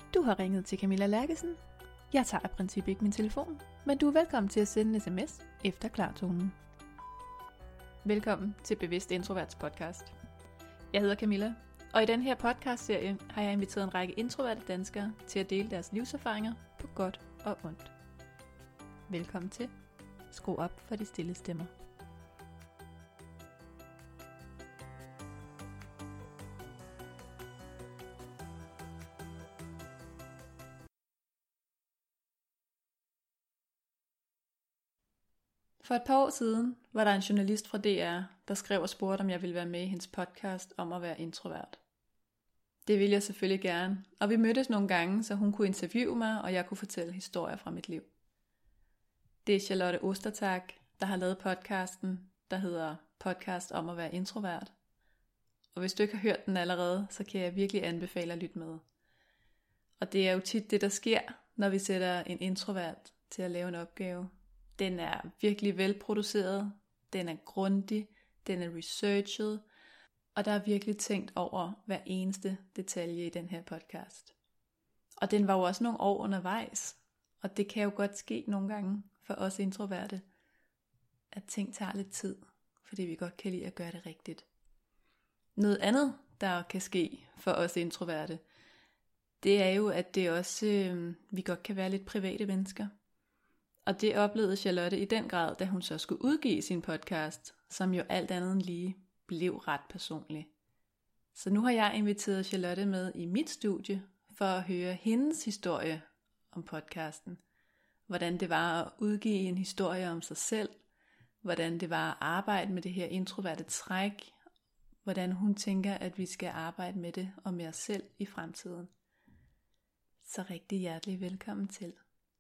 Du har ringet til Camilla Lærkesen. Jeg tager af princip ikke min telefon, men du er velkommen til at sende en sms efter klartonen. Velkommen til Bevidst Introverts podcast. Jeg hedder Camilla, og i den her podcastserie har jeg inviteret en række introverte danskere til at dele deres livserfaringer på godt og ondt. Velkommen til. Skru op for de stille stemmer. For et par år siden var der en journalist fra DR, der skrev og spurgte, om jeg ville være med i hendes podcast om at være introvert. Det ville jeg selvfølgelig gerne, og vi mødtes nogle gange, så hun kunne interviewe mig, og jeg kunne fortælle historier fra mit liv. Det er Charlotte Ostertag, der har lavet podcasten, der hedder Podcast om at være introvert. Og hvis du ikke har hørt den allerede, så kan jeg virkelig anbefale at lytte med. Og det er jo tit det, der sker, når vi sætter en introvert til at lave en opgave. Den er virkelig velproduceret, den er grundig, den er researchet, og der er virkelig tænkt over hver eneste detalje i den her podcast. Og den var jo også nogle år undervejs, og det kan jo godt ske nogle gange for os introverte, at ting tager lidt tid, fordi vi godt kan lide at gøre det rigtigt. Noget andet, der kan ske for os introverte, det er jo, at det også, vi godt kan være lidt private mennesker. Og det oplevede Charlotte i den grad, da hun så skulle udgive sin podcast, som jo alt andet end lige blev ret personlig. Så nu har jeg inviteret Charlotte med i mit studie, for at høre hendes historie om podcasten. Hvordan det var at udgive en historie om sig selv, hvordan det var at arbejde med det her introverte træk, hvordan hun tænker, at vi skal arbejde med det og med os selv i fremtiden. Så rigtig hjertelig velkommen til.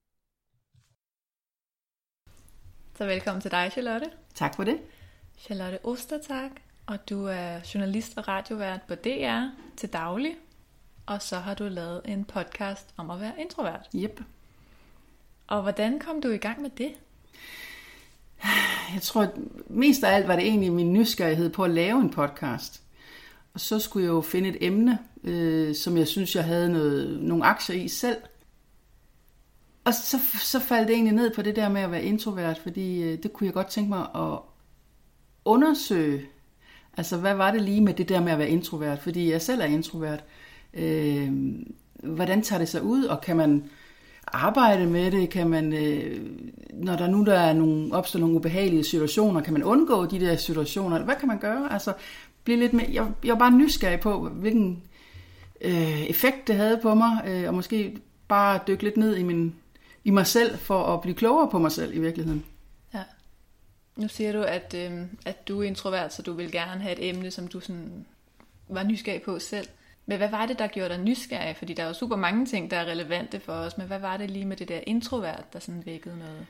Så velkommen til dig, Charlotte. Tak for det. Charlotte Ostertag, og du er journalist og radiovært på DR til daglig, og så har du lavet en podcast om at være introvert. Yep. Og hvordan kom du i gang med det? Jeg tror, mest af alt var det egentlig min nysgerrighed på at lave en podcast. Og så skulle jeg jo finde et emne, som jeg synes, jeg havde nogle aktier i selv. Og så faldt det egentlig ned på det der med at være introvert, fordi det kunne jeg godt tænke mig at undersøge. Altså, hvad var det lige med det der med at være introvert? Fordi jeg selv er introvert. Hvordan tager det sig ud, og kan man arbejde med det? Kan man, når der opstår nogle ubehagelige situationer, kan man undgå de der situationer? Hvad kan man gøre? Altså, blive lidt mere. Jeg var bare nysgerrig på, hvilken effekt det havde på mig, og måske bare dykke lidt ned i mig selv, for at blive klogere på mig selv i virkeligheden. Ja. Nu siger du, at du er introvert, så du vil gerne have et emne, som du sådan var nysgerrig på selv. Men hvad var det, der gjorde dig nysgerrig? Fordi der er jo super mange ting, der er relevante for os, men hvad var det lige med det der introvert, der sådan vækkede noget?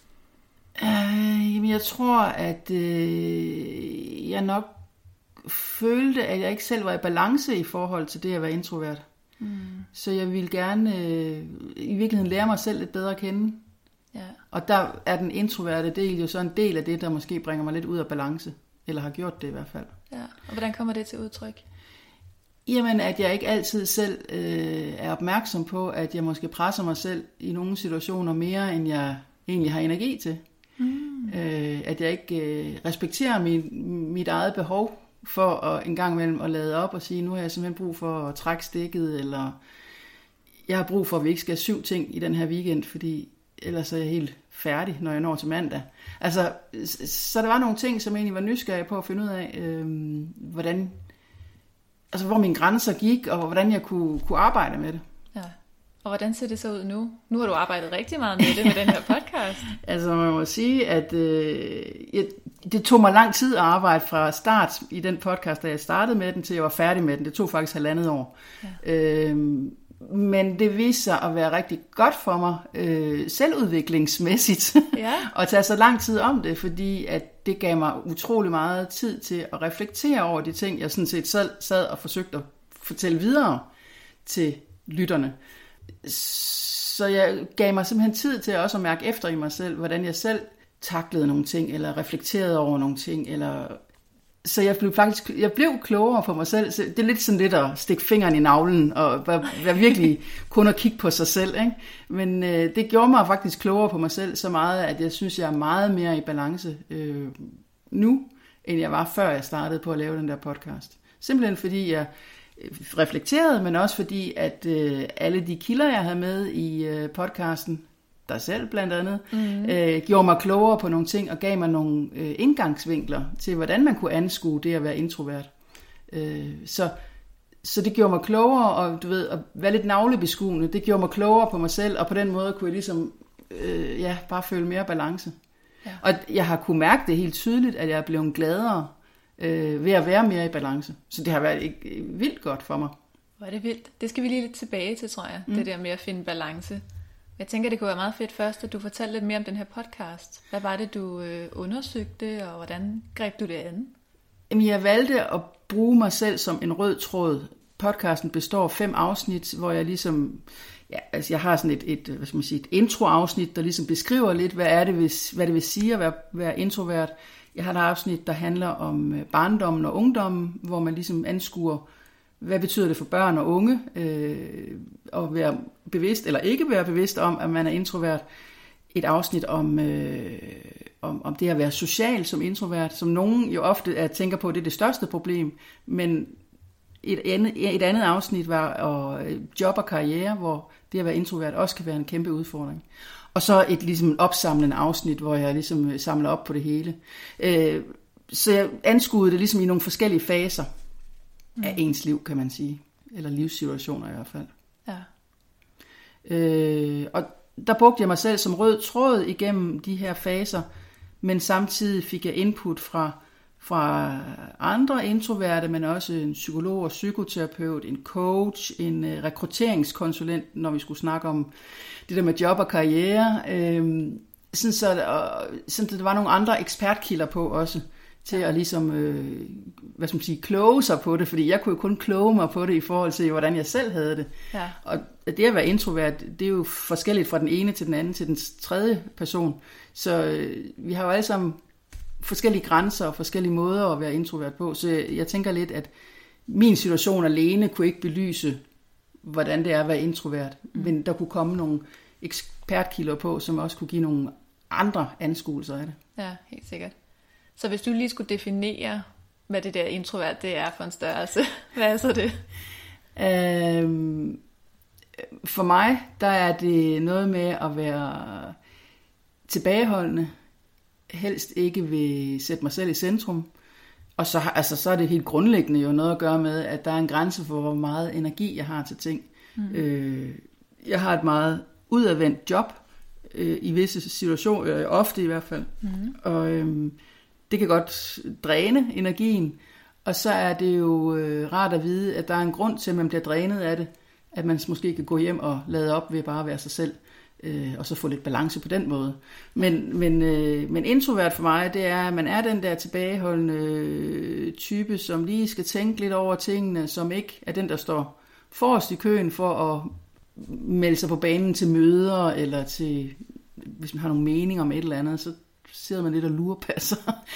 Jamen jeg tror, at jeg nok følte, at jeg ikke selv var i balance i forhold til det at være introvert. Så jeg ville gerne i virkeligheden lære mig selv lidt bedre at kende. Ja. Og der er den introverte del jo så en del af det, der måske bringer mig lidt ud af balance. Eller har gjort det i hvert fald. Ja. Og hvordan kommer det til udtryk? Jamen, at jeg ikke altid selv er opmærksom på, at jeg måske presser mig selv i nogle situationer mere, end jeg egentlig har energi til. At jeg ikke respekterer mit eget behov for at en gang imellem at lade op og sige, nu har jeg simpelthen brug for at trække stikket, eller jeg har brug for, at vi ikke skal 7 ting i den her weekend, fordi ellers er jeg helt færdig, når jeg når til mandag. Altså, så der var nogle ting, som egentlig var nysgerrig på at finde ud af, hvor mine grænser gik, og hvordan jeg kunne arbejde med det. Ja. Og hvordan ser det så ud nu? Nu har du arbejdet rigtig meget med det, med den her podcast. Altså, man må sige, at det tog mig lang tid at arbejde fra start i den podcast, da jeg startede med den, til jeg var færdig med den. Det tog faktisk 1,5 år. Ja. Men det viste sig at være rigtig godt for mig, selvudviklingsmæssigt, at tage så lang tid om det, fordi at det gav mig utrolig meget tid til at reflektere over de ting, jeg sådan set selv sad og forsøgte at fortælle videre til lytterne. Så jeg gav mig simpelthen tid til også at mærke efter i mig selv, hvordan jeg selv taklede nogle ting, eller reflekterede over nogle ting, eller Så jeg blev klogere på mig selv. Så det er lidt sådan lidt at stikke fingeren i navlen og være virkelig kun at kigge på sig selv. Ikke? Men det gjorde mig faktisk klogere på mig selv så meget, at jeg synes, jeg er meget mere i balance nu, end jeg var før jeg startede på at lave den der podcast. Simpelthen fordi jeg reflekterede, men også fordi, at alle de kilder, jeg havde med i podcasten, der selv blandt andet, gjorde mig klogere på nogle ting og gav mig nogle indgangsvinkler til, hvordan man kunne anskue det at være introvert. Så det gjorde mig klogere, og du ved, at være lidt navlebeskuende, det gjorde mig klogere på mig selv, og på den måde kunne jeg ligesom bare føle mere balance. Ja. Og jeg har kunne mærke det helt tydeligt, at jeg er blevet gladere ved at være mere i balance. Så det har været vildt godt for mig. Hvor er det vildt. Det skal vi lige lidt tilbage til, tror jeg. Det der med at finde balance. Jeg tænker, det kunne være meget fedt først, at du fortalte lidt mere om den her podcast. Hvad var det, du undersøgte, og hvordan greb du det an? Jamen, jeg valgte at bruge mig selv som en rød tråd. Podcasten består af 5 afsnit, hvor jeg ligesom... Ja, altså jeg har sådan et introafsnit, der ligesom beskriver lidt, hvad det vil sige at være introvert. Jeg har et afsnit, der handler om barndommen og ungdommen, hvor man ligesom anskuer, hvad betyder det for børn og unge, at være bevidst eller ikke være bevidst om, at man er introvert. Et afsnit om det at være social som introvert, som nogen jo ofte tænker på, det er det største problem, men et andet afsnit var job og karriere, hvor det at være introvert også kan være en kæmpe udfordring. Og så et ligesom opsamlende afsnit, hvor jeg ligesom samler op på det hele. Så jeg anskuede det ligesom i nogle forskellige faser af ens liv, kan man sige. Eller livssituationer i hvert fald. Ja. Og der brugte jeg mig selv som rød tråd igennem de her faser, men samtidig fik jeg input fra andre introverte, men også en psykolog og psykoterapeut, en coach, en rekrutteringskonsulent, når vi skulle snakke om det der med job og karriere. Så der var nogle andre ekspertkilder på også, til at ligesom, kloge sig på det, fordi jeg kunne jo kun kloge mig på det i forhold til, hvordan jeg selv havde det. Ja. Og det at være introvert, det er jo forskelligt fra den ene til den anden til den tredje person. Så vi har jo alle sammen forskellige grænser og forskellige måder at være introvert på. Så jeg tænker lidt, at min situation alene kunne ikke belyse, hvordan det er at være introvert. Men der kunne komme nogle ekspertkilder på, som også kunne give nogle andre anskuelser af det. Ja, helt sikkert. Så hvis du lige skulle definere, hvad det der introvert det er for en størrelse, hvad er så det? For mig, der er det noget med at være tilbageholdende, helst ikke vil sætte mig selv i centrum. Og så er det helt grundlæggende jo noget at gøre med, at der er en grænse for, hvor meget energi jeg har til ting. Jeg har et meget udadvendt job, i visse situationer, ofte i hvert fald. Og det kan godt dræne energien. Og så er det jo rart at vide, at der er en grund til, at man bliver drænet af det. At man måske kan gå hjem og lade op ved bare at være sig selv. Og så få lidt balance på den måde. Men introvert for mig, det er, at man er den der tilbageholdende type, som lige skal tænke lidt over tingene, som ikke er den, der står forrest i køen for at melde sig på banen til møder, eller til, hvis man har nogle meninger om et eller andet, så sidder man lidt og lurepasser.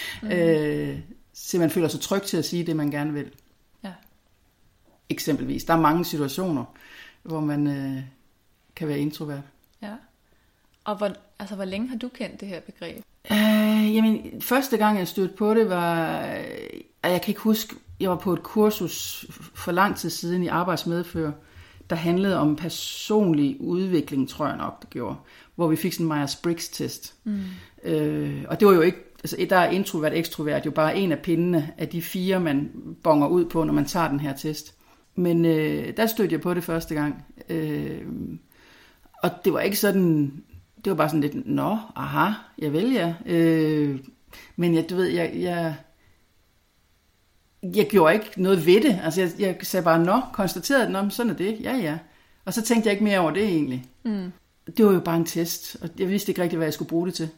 Så man føler sig tryg til at sige det, man gerne vil. Ja. Eksempelvis. Der er mange situationer, hvor man kan være introvert. Ja. Og hvor længe har du kendt det her begreb? Jamen, første gang jeg stødte på det var, jeg kan ikke huske, jeg var på et kursus for lang tid siden i arbejdsmedfører, der handlede om personlig udvikling, tror jeg nok, det gjorde, hvor vi fik sådan en Myers-Briggs-test. Og det var jo ikke, altså der er introvert og ekstrovert jo bare en af pindene af de 4, man bonger ud på, når man tager den her test. Men der stødte jeg på det første gang. Og det var ikke sådan, det var bare sådan lidt, aha, jeg vil ja. Men du ved, jeg gjorde ikke noget ved det. Altså jeg sagde bare, konstaterede, sådan er det, ja. Og så tænkte jeg ikke mere over det egentlig. Det var jo bare en test, og jeg vidste ikke rigtig, hvad jeg skulle bruge det til.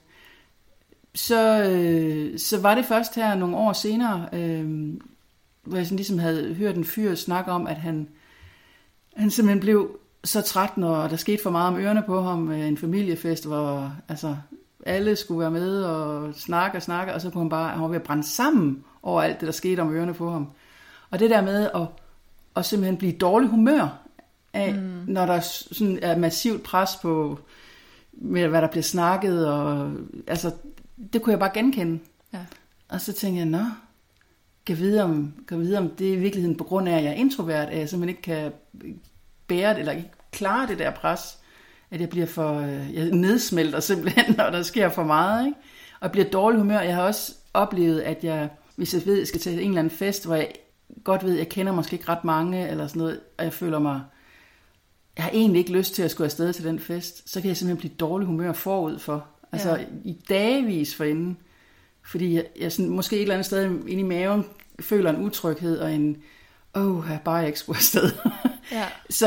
Så var det først her nogle år senere, hvor jeg sådan ligesom havde hørt en fyr snakke om, at han simpelthen blev så træt, når der skete for meget om ørerne på ham, en familiefest, hvor alle skulle være med og snakke, og så kunne han var ved at brænde sammen over alt det, der skete om ørerne på ham. Og det der med at simpelthen blive dårlig humør af, når der sådan er massivt pres på, med hvad der bliver snakket, og altså, det kunne jeg bare genkende. Ja. Og så tænkte jeg, kan vide om det er i virkeligheden på grund af, at jeg er introvert, at jeg simpelthen ikke kan bære det, eller ikke klare det der pres, at jeg bliver jeg nedsmelter simpelthen, når der sker for meget, ikke? Og jeg bliver dårlig humør. Jeg har også oplevet, at hvis jeg ved, at jeg skal til en eller anden fest, hvor jeg godt ved, at jeg kender måske ikke ret mange, eller sådan noget, og jeg føler mig, jeg har egentlig ikke lyst til at skulle afsted til den fest, så kan jeg simpelthen blive dårlig humør forud for. Altså i dagevis forinden. Fordi jeg sådan, måske et eller andet sted inde i maven føler en utryghed og en, bare jeg ikke skulle afsted. Ja.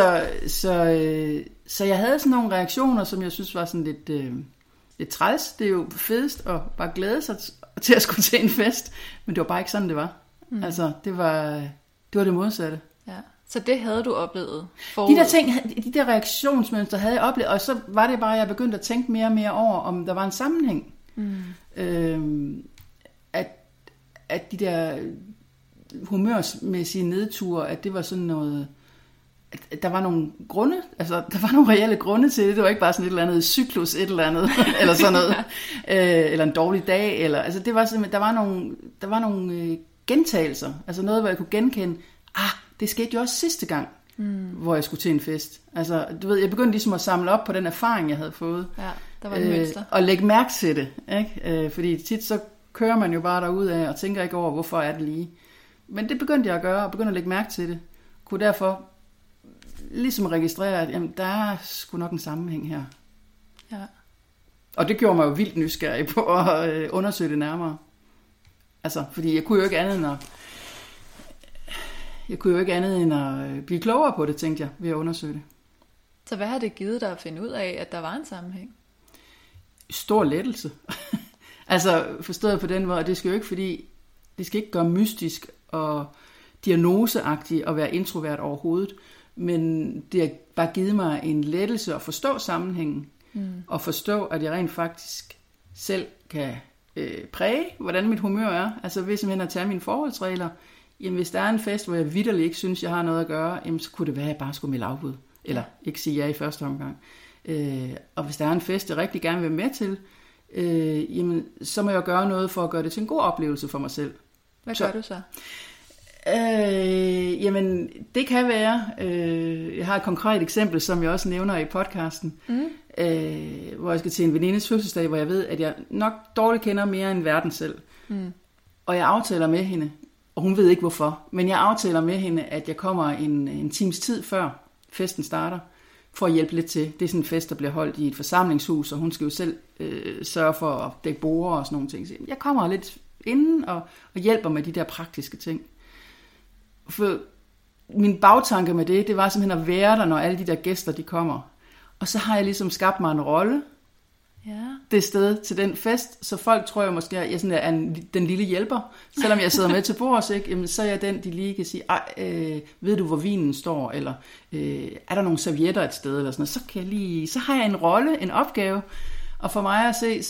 Så jeg havde sådan nogle reaktioner, som jeg synes var sådan lidt træls. Det er jo fedest at bare glæde sig til at skulle til en fest, men det var bare ikke sådan, det var. Altså, det var det modsatte. Ja. Så det havde du oplevet forud? De der reaktionsmønstre havde jeg oplevet, og så var det bare, at jeg begyndte at tænke mere og mere over, om der var en sammenhæng. At de der humørsmæssige nedture, at det var sådan noget, at der var nogle grunde, altså der var nogle reelle grunde til det. Det var ikke bare sådan et eller andet cyklus, et eller andet, eller sådan noget, eller en dårlig dag, eller, altså det var simpelthen, der var nogle gentagelser, altså noget, hvor jeg kunne genkende, det skete jo også sidste gang, hvor jeg skulle til en fest. Altså, du ved, jeg begyndte ligesom at samle op på den erfaring, jeg havde fået. Ja, der var et mønster. Og lægge mærke til det, ikke? Fordi tit så kører man jo bare derudad og tænker ikke over, hvorfor er det lige. Men det begyndte jeg at gøre, og begyndte at lægge mærke til det. Kunne derfor ligesom registrere, at jamen, der er sgu nok en sammenhæng her. Ja. Og det gjorde mig jo vildt nysgerrig på at undersøge det nærmere. Altså, fordi jeg kunne jo ikke andet end at blive klogere på det, tænkte jeg, ved at undersøge det. Så hvad har det givet dig at finde ud af, at der var en sammenhæng? Stor lettelse. Altså forstået på den måde, det skal jo ikke, fordi det skal ikke gøre mystisk og diagnoseagtigt at være introvert overhovedet, men det har bare givet mig en lettelse at forstå sammenhængen, og forstå, at jeg rent faktisk selv kan præge, hvordan mit humør er. Altså ved simpelthen at tage mine forholdsregler. Jamen hvis der er en fest, hvor jeg vitterligt ikke synes, jeg har noget at gøre, jamen så kunne det være, at jeg bare skulle melde afbud. Eller ikke sige ja i første omgang. Og hvis der er en fest, jeg rigtig gerne vil med til, jamen så må jeg gøre noget for at gøre det til en god oplevelse for mig selv. Hvad gør du så? Jamen det kan være, jeg har et konkret eksempel, som jeg også nævner i podcasten, hvor jeg skal til en venindes fødselsdag, hvor jeg ved, at jeg nok dårligt kender mere end verden selv. Og jeg aftaler med hende, og hun ved ikke hvorfor, men jeg aftaler med hende, at jeg kommer en times tid før festen starter, for at hjælpe lidt til. Det er sådan en fest, der bliver holdt i et forsamlingshus, og hun skal jo selv sørge for at dække borde og sådan nogle ting. Så jeg kommer lidt inden og hjælper med de der praktiske ting. For min bagtanke med det var simpelthen at være der, når alle de der gæster, de kommer. Og så har jeg ligesom skabt mig en rolle det sted til den fest, så folk tror jeg måske, at jeg sådan er den lille hjælper. Selvom jeg sidder med til bords, ikke? Jamen, så er jeg den, de lige kan sige, ved du, hvor vinen står? Eller er der nogle servietter et sted? Eller sådan noget. Så har jeg en rolle, en opgave. Og for mig at se,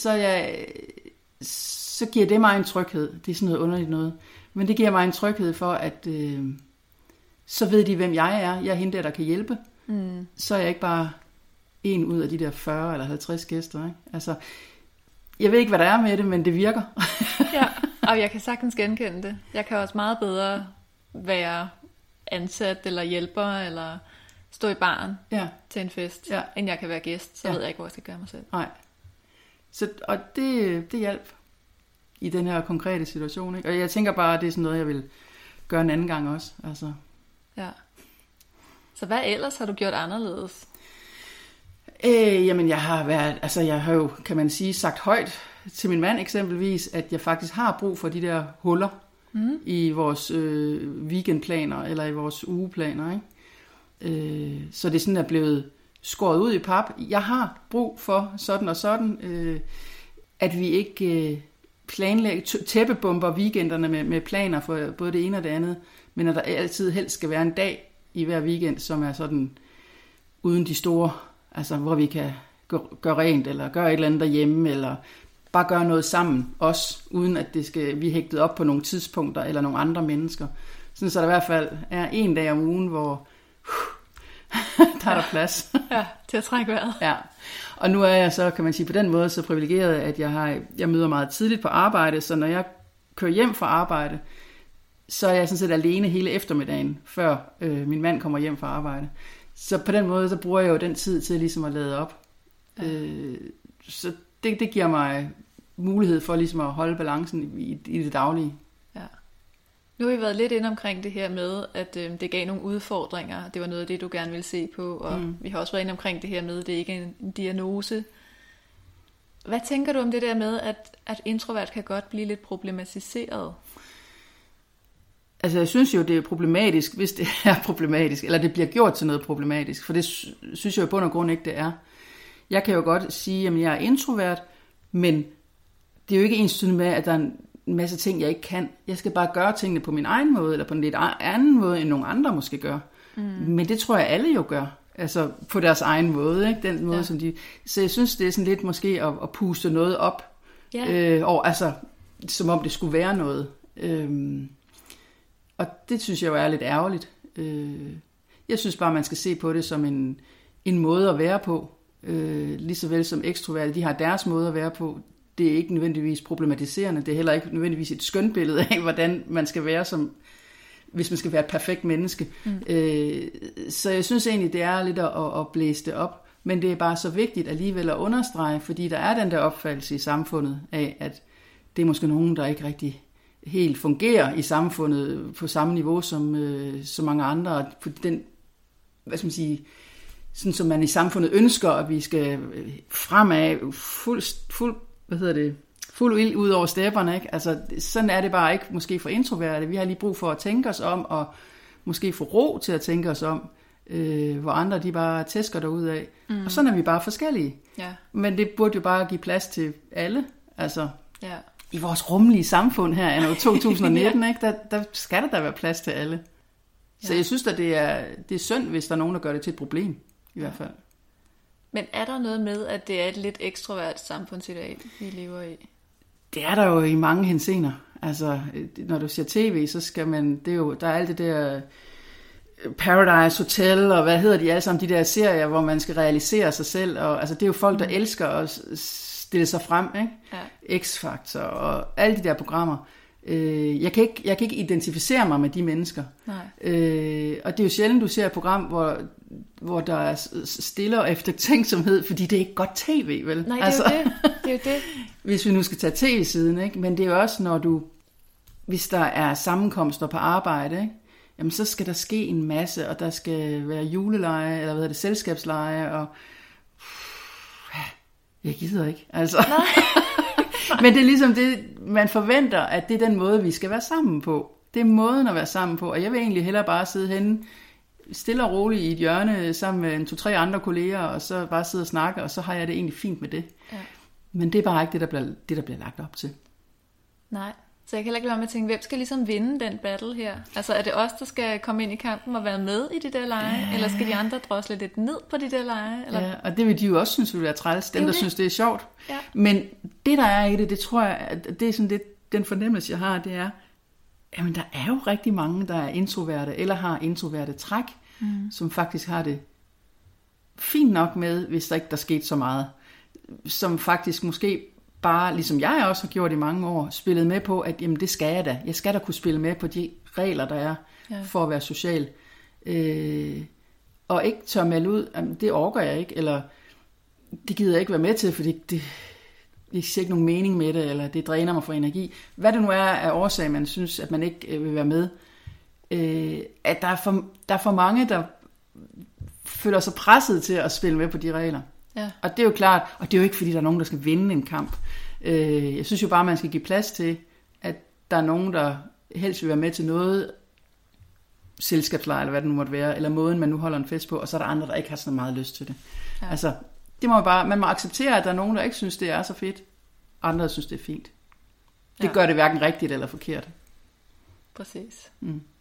så giver det mig en tryghed. Det er sådan noget underligt noget. Men det giver mig en tryghed for, at så ved de, hvem jeg er. Jeg er hende der kan hjælpe. Så er jeg ikke bare en ud af de der 40 eller 50 gæster. Ikke? Altså, jeg ved ikke, hvad der er med det, men det virker. Ja, og jeg kan sagtens genkende det. Jeg kan også meget bedre være ansat eller hjælper, eller stå i baren til en fest, end jeg kan være gæst. Så ved jeg ikke, hvor jeg skal gøre mig selv. Nej. Og det hjalp i den her konkrete situation. Ikke? Og jeg tænker bare, at det er sådan noget, jeg vil gøre en anden gang også. Altså. Ja. Så hvad ellers har du gjort anderledes? Jamen jeg har jo, kan man sige, sagt højt til min mand eksempelvis, at jeg faktisk har brug for de der huller i vores weekendplaner eller i vores ugeplaner, ikke? Så det sådan er blevet skåret ud i pap. Jeg har brug for sådan og sådan, at vi ikke planlægger, tæppebomber weekenderne med planer for både det ene og det andet, men at der altid helst skal være en dag i hver weekend, som er sådan uden de store, altså hvor vi kan gøre rent, eller gøre et eller andet derhjemme, eller bare gøre noget sammen, også uden at det skal vi hægtet op på nogle tidspunkter eller nogle andre mennesker. Sådan så der i hvert fald er en dag om ugen, hvor der er der plads. Ja, til at trække vejret. Ja. Og nu er jeg så, kan man sige, på den måde så privilegeret, at jeg møder meget tidligt på arbejde, så når jeg kører hjem fra arbejde, så er jeg sådan set alene hele eftermiddagen, før min mand kommer hjem fra arbejde. Så på den måde, så bruger jeg jo den tid til ligesom at lade op. Ja. Så det giver mig mulighed for ligesom at holde balancen i det daglige. Ja. Nu har vi været lidt inde omkring det her med, at det gav nogle udfordringer. Det var noget af det, du gerne ville se på. Og vi har også været inde omkring det her med, at det ikke er en diagnose. Hvad tænker du om det der med, at introvert kan godt blive lidt problematiseret? Altså jeg synes jo, det er problematisk, hvis det er problematisk, eller det bliver gjort til noget problematisk, for det synes jeg jo i bund og grund ikke, det er. Jeg kan jo godt sige, at jeg er introvert, men det er jo ikke ensbetydende med, at der er en masse ting, jeg ikke kan. Jeg skal bare gøre tingene på min egen måde, eller på en lidt anden måde, end nogle andre måske gør. Men det tror jeg, alle jo gør. Altså på deres egen måde, ikke? Den måde, som de... Så jeg synes, det er sådan lidt måske at puste noget op, og altså, som om det skulle være noget. Og det synes jeg jo er lidt ærgerligt. Jeg synes bare, man skal se på det som en måde at være på. Lige så vel som ekstroverte, de har deres måde at være på. Det er ikke nødvendigvis problematiserende. Det er heller ikke nødvendigvis et skønt billede af, hvordan man skal være, hvis man skal være et perfekt menneske. Så jeg synes egentlig, det er lidt at blæse det op. Men det er bare så vigtigt alligevel at understrege, fordi der er den der opfattelse i samfundet af, at det er måske nogen, der ikke rigtig helt fungerer i samfundet på samme niveau som så mange andre. På den, hvad skal man sige, sådan som man i samfundet ønsker, at vi skal fremad fuld ild ud over stepperne, ikke? Altså, sådan er det bare ikke måske for introverte. Vi har lige brug for at tænke os om, og måske få ro til at tænke os om, hvor andre de bare tæsker derudad. Og sådan er vi bare forskellige. Ja. Men det burde jo bare give plads til alle. Altså, i vores rummelige samfund her anno 2019, ikke? Der skal der være plads til alle. Så jeg synes, at det er synd, hvis der er nogen, der gør det til et problem, i hvert fald. Men er der noget med, at det er et lidt ekstrovert samfundsideal, vi lever i? Det er der jo i mange henseender. Altså, når du ser tv, så skal man... der er alt det der Paradise Hotel, og hvad hedder de alle sammen, de der serier, hvor man skal realisere sig selv. Og, altså, det er jo folk, der elsker at stille sig frem, ikke? Ja. X-Factor og alle de der programmer. Jeg kan ikke identificere mig med de mennesker. Og det er jo sjældent, du ser et program, hvor der er stille og eftertænksomhed, fordi det er ikke godt tv, vel? Nej, det er jo det. Hvis vi nu skal tage tv-siden, ikke? Men det er jo også, hvis der er sammenkomster på arbejde, ikke? Jamen så skal der ske en masse, og der skal være juleleje, eller selskabsleje, og jeg gider ikke, altså. Men det er ligesom det, man forventer, at det er den måde, vi skal være sammen på. Det er måden at være sammen på, og jeg vil egentlig hellere bare sidde henne stille og roligt i et hjørne sammen med 2-3 andre kolleger, og så bare sidde og snakke, og så har jeg det egentlig fint med det. Ja. Men det er bare ikke det, der bliver lagt op til. Nej, så jeg kan heller ikke lade være med at tænke, hvem skal ligesom vinde den battle her? Altså er det os, der skal komme ind i kampen og være med i de der lege, eller skal de andre drosle lidt ned på de der lege? Eller? Ja, og det vil de jo også synes vil være træls, dem der synes, det er sjovt. Ja. Men det, der er i det tror jeg, at det er sådan lidt, den fornemmelse, jeg har, det er, jamen der er jo rigtig mange, der er introverte, eller har introverte træk, som faktisk har det fint nok med, hvis der ikke der skete så meget. Som faktisk måske bare, ligesom jeg også har gjort i mange år, spillet med på, at jamen, det skal jeg da. Jeg skal da kunne spille med på de regler, der er for at være social. Og ikke tør melde ud, jamen, det orker jeg ikke, eller det gider jeg ikke være med til, fordi jeg ser ikke nogen mening med det, eller det dræner mig for energi. Hvad det nu er af årsag, man synes, at man ikke vil være med. At der er for mange, der føler sig presset til at spille med på de regler. Ja. Og det er jo klart, og det er jo ikke fordi, der er nogen, der skal vinde en kamp. Jeg synes jo bare, man skal give plads til, at der er nogen, der helst vil være med til noget selskabslejr, eller hvad det nu måtte være, eller måden, man nu holder en fest på, og så er der andre, der ikke har så meget lyst til det. Ja. Altså, man må acceptere, at der er nogen, der ikke synes, det er så fedt. Andre, der synes, det er fint. Det gør det hverken rigtigt eller forkert. Præcis.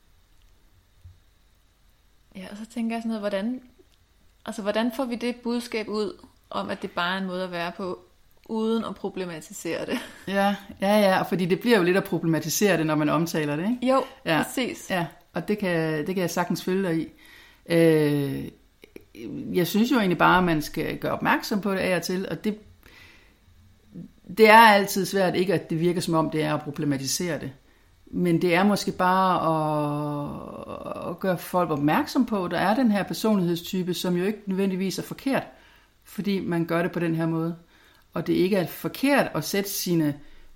Ja, og så tænker jeg sådan noget, hvordan får vi det budskab ud, om at det bare er en måde at være på, uden at problematisere det. Ja, fordi det bliver jo lidt at problematisere det, når man omtaler det, ikke? Jo, ja, præcis. Ja, og det kan jeg sagtens følge dig i. Jeg synes jo egentlig bare, at man skal gøre opmærksom på det af og til, og det er altid svært ikke, at det virker som om, det er at problematisere det. Men det er måske bare at gøre folk opmærksom på, at der er den her personlighedstype, som jo ikke nødvendigvis er forkert, fordi man gør det på den her måde. Og det ikke er forkert at sætte sine,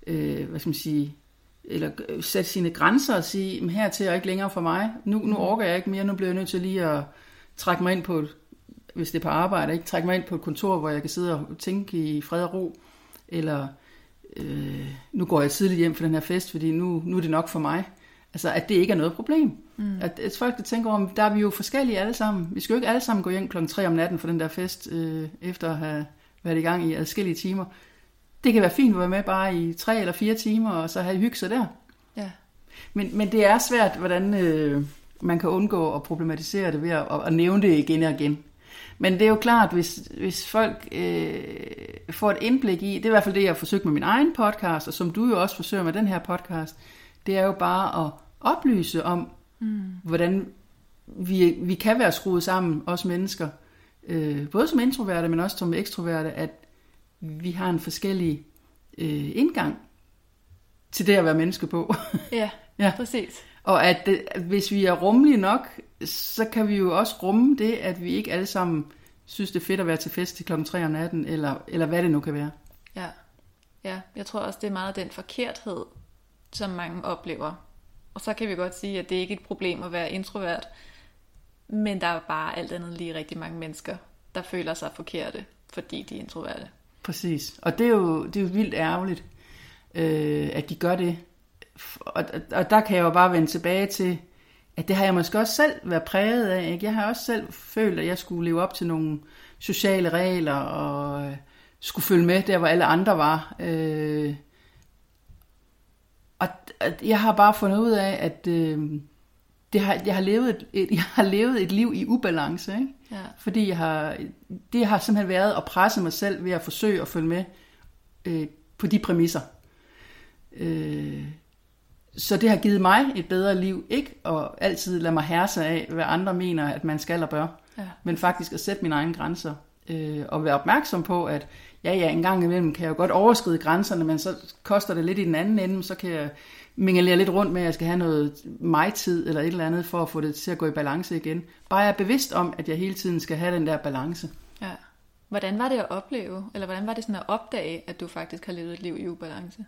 sætte sine grænser og sige, hertil er ikke længere for mig. Nu orker jeg ikke mere, nu bliver jeg nødt til lige at trække mig ind på, hvis det er på arbejde, ikke trække mig ind på et kontor, hvor jeg kan sidde og tænke i fred og ro, eller nu går jeg tidligt hjem for den her fest, fordi nu er det nok for mig. Altså, at det ikke er noget problem. At folk, der tænker om, der er vi jo forskellige alle sammen. Vi skal jo ikke alle sammen gå hjem 3:00 om natten for den der fest, efter at have været i gang i adskillige timer. Det kan være fint at være med bare i 3 eller 4 timer, og så have hygge sig der. Ja. Men det er svært, hvordan man kan undgå at problematisere det ved at nævne det igen og igen. Men det er jo klart, hvis folk får et indblik i, det er i hvert fald det, jeg har forsøgt med min egen podcast, og som du jo også forsøger med den her podcast, det er jo bare at oplyse om, hvordan vi kan være skruet sammen, os mennesker, både som introverte, men også som ekstroverte, at vi har en forskellig indgang til det at være menneske på. Ja, præcis. Og at hvis vi er rummelige nok, så kan vi jo også rumme det, at vi ikke alle sammen synes, det er fedt at være til fest til 3:00 om natten, eller hvad det nu kan være. Ja, jeg tror også, det er meget den forkerthed, som mange oplever. Og så kan vi godt sige, at det ikke er et problem at være introvert, men der er bare alt andet lige rigtig mange mennesker, der føler sig forkerte, fordi de er introverte. Præcis, og det er jo vildt ærgerligt, at de gør det. Og der kan jeg jo bare vende tilbage til, at det har jeg måske også selv været præget af. Ikke? Jeg har også selv følt, at jeg skulle leve op til nogle sociale regler, og skulle følge med der, hvor alle andre var. Og jeg har bare fundet ud af, at jeg har levet et liv i ubalance. Ikke? Ja. Fordi det har simpelthen været at presse mig selv ved at forsøge at følge med på de præmisser. Så det har givet mig et bedre liv, ikke at altid lade mig herse af, hvad andre mener, at man skal og bør, men faktisk at sætte mine egne grænser, og være opmærksom på, at en gang imellem kan jeg jo godt overskride grænserne, men så koster det lidt i den anden ende, så kan jeg mingelere lidt rundt med, at jeg skal have noget mig-tid eller et eller andet, for at få det til at gå i balance igen. Bare jeg er bevidst om, at jeg hele tiden skal have den der balance. Ja. Hvordan var det at opleve, eller hvordan var det sådan at opdage, at du faktisk har levet et liv i ubalance?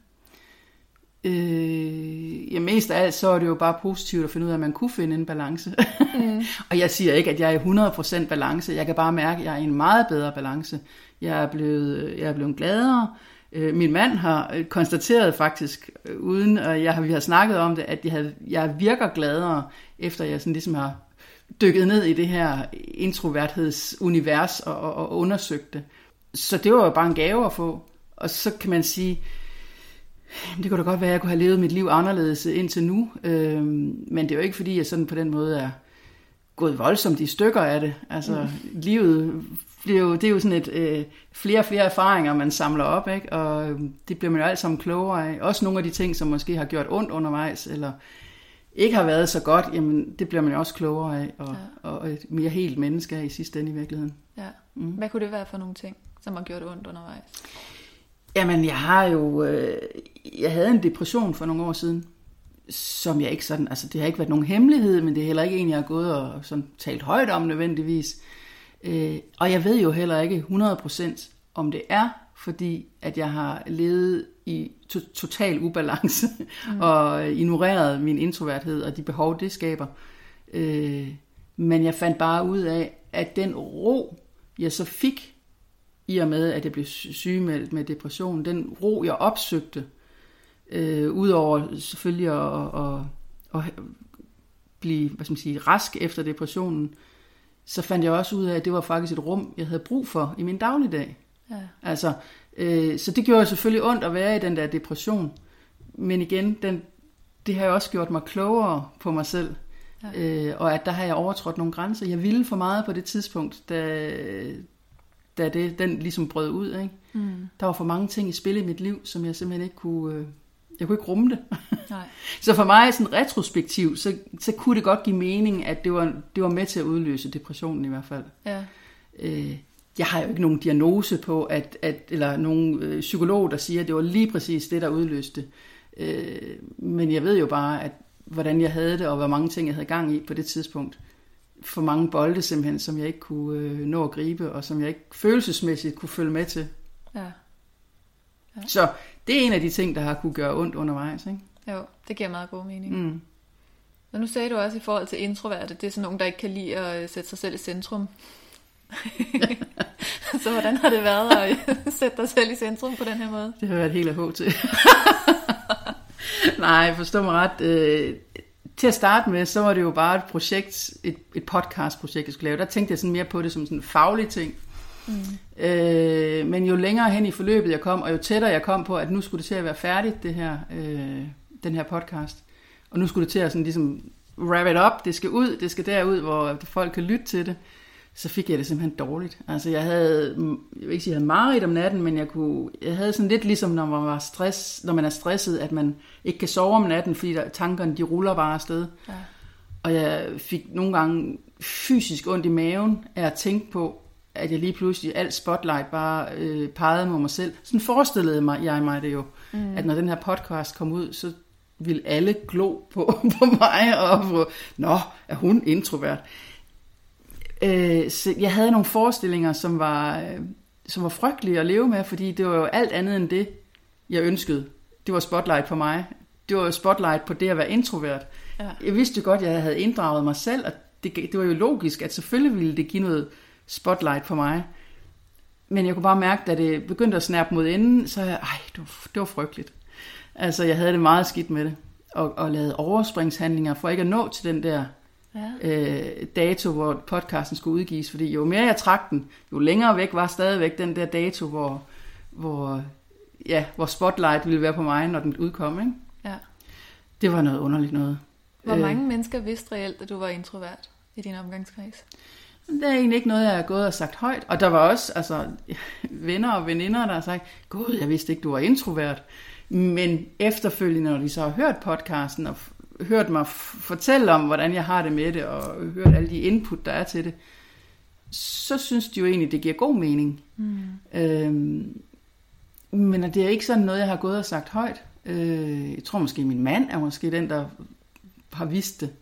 Mest af alt så er det jo bare positivt at finde ud af, at man kunne finde en balance. Og jeg siger ikke, at jeg er i 100% balance. Jeg kan bare mærke, at jeg er i en meget bedre balance. Jeg er blevet gladere. Min mand har konstateret faktisk, uden at vi har snakket om det, at jeg virker gladere, efter jeg sådan ligesom har dykket ned i det her introverthedsunivers og undersøgt det. Så det var jo bare en gave at få. Og så kan man sige, det kunne da godt være, at jeg kunne have levet mit liv anderledes indtil nu. Men det er jo ikke, fordi jeg sådan på den måde er gået voldsomt i stykker af det. Altså, livet det er jo sådan et flere og flere erfaringer, man samler op, ikke? Og det bliver man jo alt sammen klogere af. Også nogle af de ting, som måske har gjort ondt undervejs, eller ikke har været så godt, jamen det bliver man jo også klogere af, og et mere helt menneske af i sidste ende i virkeligheden. Ja. Hvad kunne det være for nogle ting, som har gjort ondt undervejs? Jamen, jeg havde en depression for nogle år siden, som jeg ikke sådan, altså det har ikke været nogen hemmelighed, men det er heller ikke en, jeg har gået og sådan talt højt om nødvendigvis. Og jeg ved jo heller ikke 100% om det er, fordi at jeg har levet i total ubalance og ignoreret min introverthed og de behov, det skaber. Men jeg fandt bare ud af, at den ro, jeg så fik, i og med, at jeg blev sygemeldt med depression, den ro, jeg opsøgte, udover selvfølgelig at blive rask efter depressionen, så fandt jeg også ud af, at det var faktisk et rum, jeg havde brug for i min dagligdag. Ja. Altså, så det gjorde selvfølgelig ondt at være i den der depression. Men igen, det har jo også gjort mig klogere på mig selv. Ja. Og at der har jeg overtrådt nogle grænser. Jeg ville for meget på det tidspunkt, da den ligesom brød ud. Ikke? Der var for mange ting i spil i mit liv, som jeg simpelthen ikke kunne... Jeg kunne ikke rumme det. Nej. Så for mig, sådan retrospektivt, så kunne det godt give mening, at det var med til at udløse depressionen i hvert fald. Ja. Jeg har jo ikke nogen diagnose på, eller nogen psykolog, der siger, at det var lige præcis det, der udløste. Men jeg ved jo bare, at hvordan jeg havde det, og hvor mange ting, jeg havde gang i på det tidspunkt. For mange bolde simpelthen, som jeg ikke kunne nå at gribe, og som jeg ikke følelsesmæssigt kunne følge med til. Ja. Så det er en af de ting, der har kunne gøre ondt undervejs, ikke? Jo, det giver meget god mening. Og nu sagde du også i forhold til introverte, det er sådan nogen, der ikke kan lide at sætte sig selv i centrum. Så hvordan har det været at sætte dig selv i centrum på den her måde? Det har været helt af H til. Nej, forstå mig ret. Til at starte med, så var det jo bare et projekt, et podcastprojekt, jeg skulle lave. Der tænkte jeg sådan mere på det som sådan en faglig ting. Men jo længere hen i forløbet jeg kom, og jo tættere jeg kom på, at nu skulle det til at være færdigt, det her, den her podcast. Og nu skulle det til at sådan ligesom wrap it up, det skal ud, det skal derud, hvor folk kan lytte til det. Så fik jeg det simpelthen dårligt. Altså jeg vil ikke sige, jeg havde mareridt om natten, men jeg havde sådan lidt ligesom, når man er stresset, at man ikke kan sove om natten, fordi tankerne de ruller bare afsted. Ja. Og jeg fik nogle gange fysisk ondt i maven af at tænke på, at jeg lige pludselig, alt spotlight bare pegede mod mig selv. Sådan forestillede jeg mig det jo, at når den her podcast kom ud, så ville alle glo på mig, og nå, er hun introvert? Så jeg havde nogle forestillinger, som var frygtelige at leve med, fordi det var jo alt andet end det, jeg ønskede. Det var spotlight på mig. Det var jo spotlight på det at være introvert. Ja. Jeg vidste jo godt, at jeg havde inddraget mig selv, og det var jo logisk, at selvfølgelig ville det give noget spotlight på mig. Men jeg kunne bare mærke, da det begyndte at snærpe mod enden, så det var frygteligt. Altså, jeg havde det meget skidt med det, og lavede overspringshandlinger for ikke at nå til den der dato, hvor podcasten skulle udgives, fordi jo mere jeg trak den, jo længere væk var stadigvæk den der dato, hvor spotlight ville være på mig, når den udkom, ikke? Ja. Det var noget underligt noget. Hvor mange mennesker vidste reelt, at du var introvert i din omgangskreds? Det er egentlig ikke noget, jeg har gået og sagt højt. Og der var også venner og veninder, der har sagt, gud, jeg vidste ikke, du var introvert. Men efterfølgende, når de så har hørt podcasten og hørt mig fortælle om, hvordan jeg har det med det, og hørt alle de input, der er til det, så synes de jo egentlig, det giver god mening. Men det er ikke sådan noget, jeg har gået og sagt højt. Jeg tror måske, min mand er måske den, der har vidst det.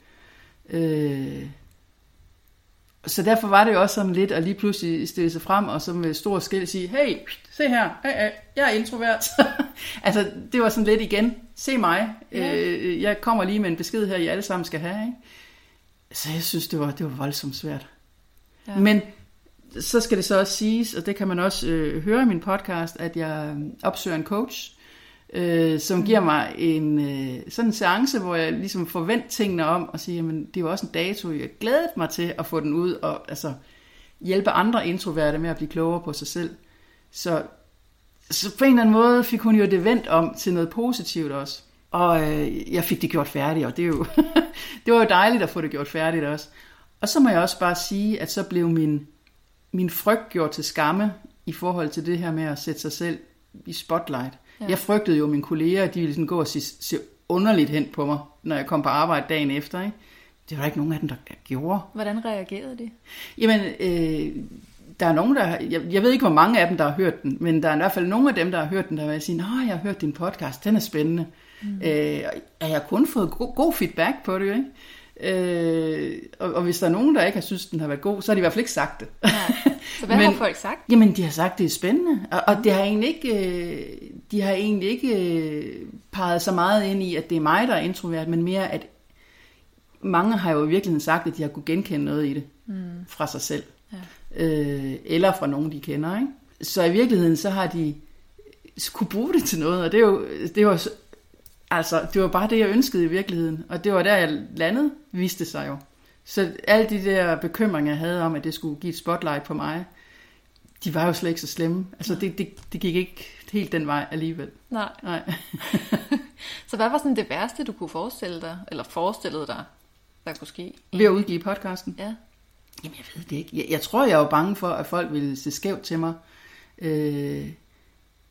Så derfor var det jo også sådan lidt at lige pludselig stille sig frem, og så med stor skæld sige, hey, se her, hey, jeg er introvert. Altså, det var sådan lidt igen, se mig, jeg kommer lige med en besked her, I alle sammen skal have, ikke? Så jeg synes, det var voldsomt svært. Ja. Men så skal det så også siges, og det kan man også høre i min podcast, at jeg opsøger en coach, som giver mig sådan en seance, hvor jeg ligesom forventer tingene om, og siger, jamen, det er jo også en dato, jeg glædede mig til at få den ud, og altså hjælpe andre introverte med at blive klogere på sig selv. Så på en eller anden måde fik hun jo det vendt om til noget positivt også. Og jeg fik det gjort færdigt, og det er jo det var jo dejligt at få det gjort færdigt også. Og så må jeg også bare sige, at så blev min frygt gjort til skamme i forhold til det her med at sætte sig selv i spotlight. Ja. Jeg frygtede jo, at mine kolleger, de ville sådan gå og se underligt hen på mig, når jeg kom på arbejde dagen efter, ikke? Det var der ikke nogen af dem, der gjorde. Hvordan reagerede de? Jamen, der er nogen, der... Jeg ved ikke, hvor mange af dem, der har hørt den, men der er i hvert fald nogle af dem, der har hørt den, der vil sige, jeg har hørt din podcast, den er spændende. Jeg har kun fået god feedback på det, ikke? Og hvis der er nogen, der ikke har synes, den har været god, så har de i hvert fald ikke sagt det. Nej. Så hvad har folk sagt? Jamen, de har sagt, det er spændende. Og det har egentlig ikke peget så meget ind i, at det er mig, der er introvert, men mere, at mange har jo i virkeligheden sagt, at de har kunne genkende noget i det fra sig selv. Ja. Eller fra nogen, de kender, ikke? Så i virkeligheden, så har de kunne bruge det til noget, og det var bare det, jeg ønskede i virkeligheden. Og det var der, jeg landede, viste sig jo. Så alle de der bekymringer, jeg havde om, at det skulle give et spotlight på mig, de var jo slet ikke så slemme. Altså, det gik ikke helt den vej alligevel. Nej. Så hvad var sådan det værste, du kunne forestille dig, eller forestillede dig, der kunne ske? Ved at udgive podcasten? Ja. Jamen, jeg ved det ikke. Jeg tror, jeg var bange for, at folk ville se skævt til mig.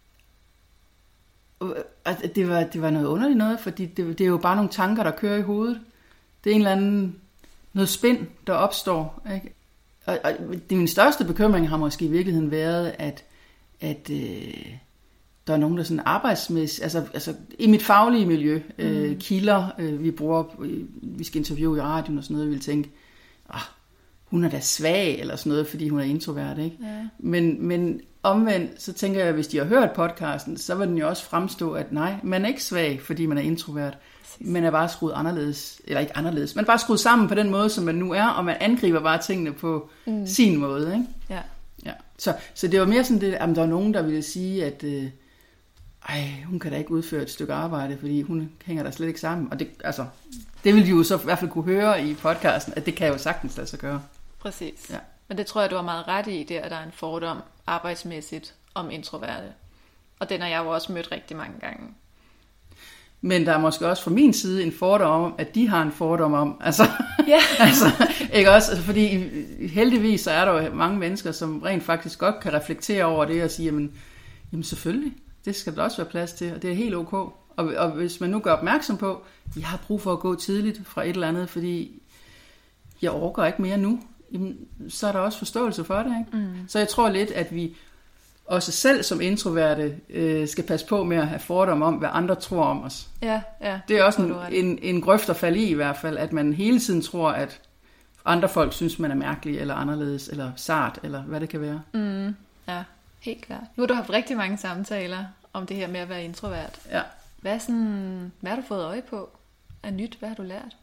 det var noget underligt noget, fordi det er jo bare nogle tanker, der kører i hovedet. Det er en eller anden, noget spind, der opstår. Ikke? Og min største bekymring har måske i virkeligheden været, at der er nogen, der sådan arbejdsmæssigt, altså i mit faglige miljø, kilder, vi bruger, vi skal interviewe i radioen og sådan noget, vil tænke, hun er da svag eller sådan noget, fordi hun er introvert, ikke? Ja. Men omvendt, så tænker jeg, at hvis de har hørt podcasten, så vil den jo også fremstå, at nej, man er ikke svag, fordi man er introvert. Man er bare skruet anderledes, eller ikke anderledes, man er bare skruet sammen på den måde, som man nu er, og man angriber bare tingene på sin måde, ikke? Ja. Så det var mere sådan det, at der var nogen, der ville sige, at hun kan da ikke udføre et stykke arbejde, fordi hun hænger der slet ikke sammen. Og det vil de jo så i hvert fald kunne høre i podcasten, at det kan jo sagtens lade sig gøre. Præcis. Ja. Men det tror jeg, du har meget ret i, at der er en fordom arbejdsmæssigt om introverte. Og den har jeg jo også mødt rigtig mange gange. Men der er måske også fra min side en fordom om, at de har en fordom om. Ja. Ikke også? Fordi heldigvis så er der jo mange mennesker, som rent faktisk godt kan reflektere over det og sige, jamen selvfølgelig, det skal der også være plads til, og det er helt ok. Og hvis man nu gør opmærksom på, at jeg har brug for at gå tidligt fra et eller andet, fordi jeg orker ikke mere nu, jamen, så er der også forståelse for det. Ikke? Så jeg tror lidt, at vi også selv som introverte skal passe på med at have fordomme om, hvad andre tror om os. Ja, det er også en grøft at falde i hvert fald, at man hele tiden tror, at andre folk synes, man er mærkelig, eller anderledes, eller sart, eller hvad det kan være. Ja, helt klart. Nu har du haft rigtig mange samtaler om det her med at være introvert. Ja. Hvad har du fået øje på af nyt? Hvad har du lært?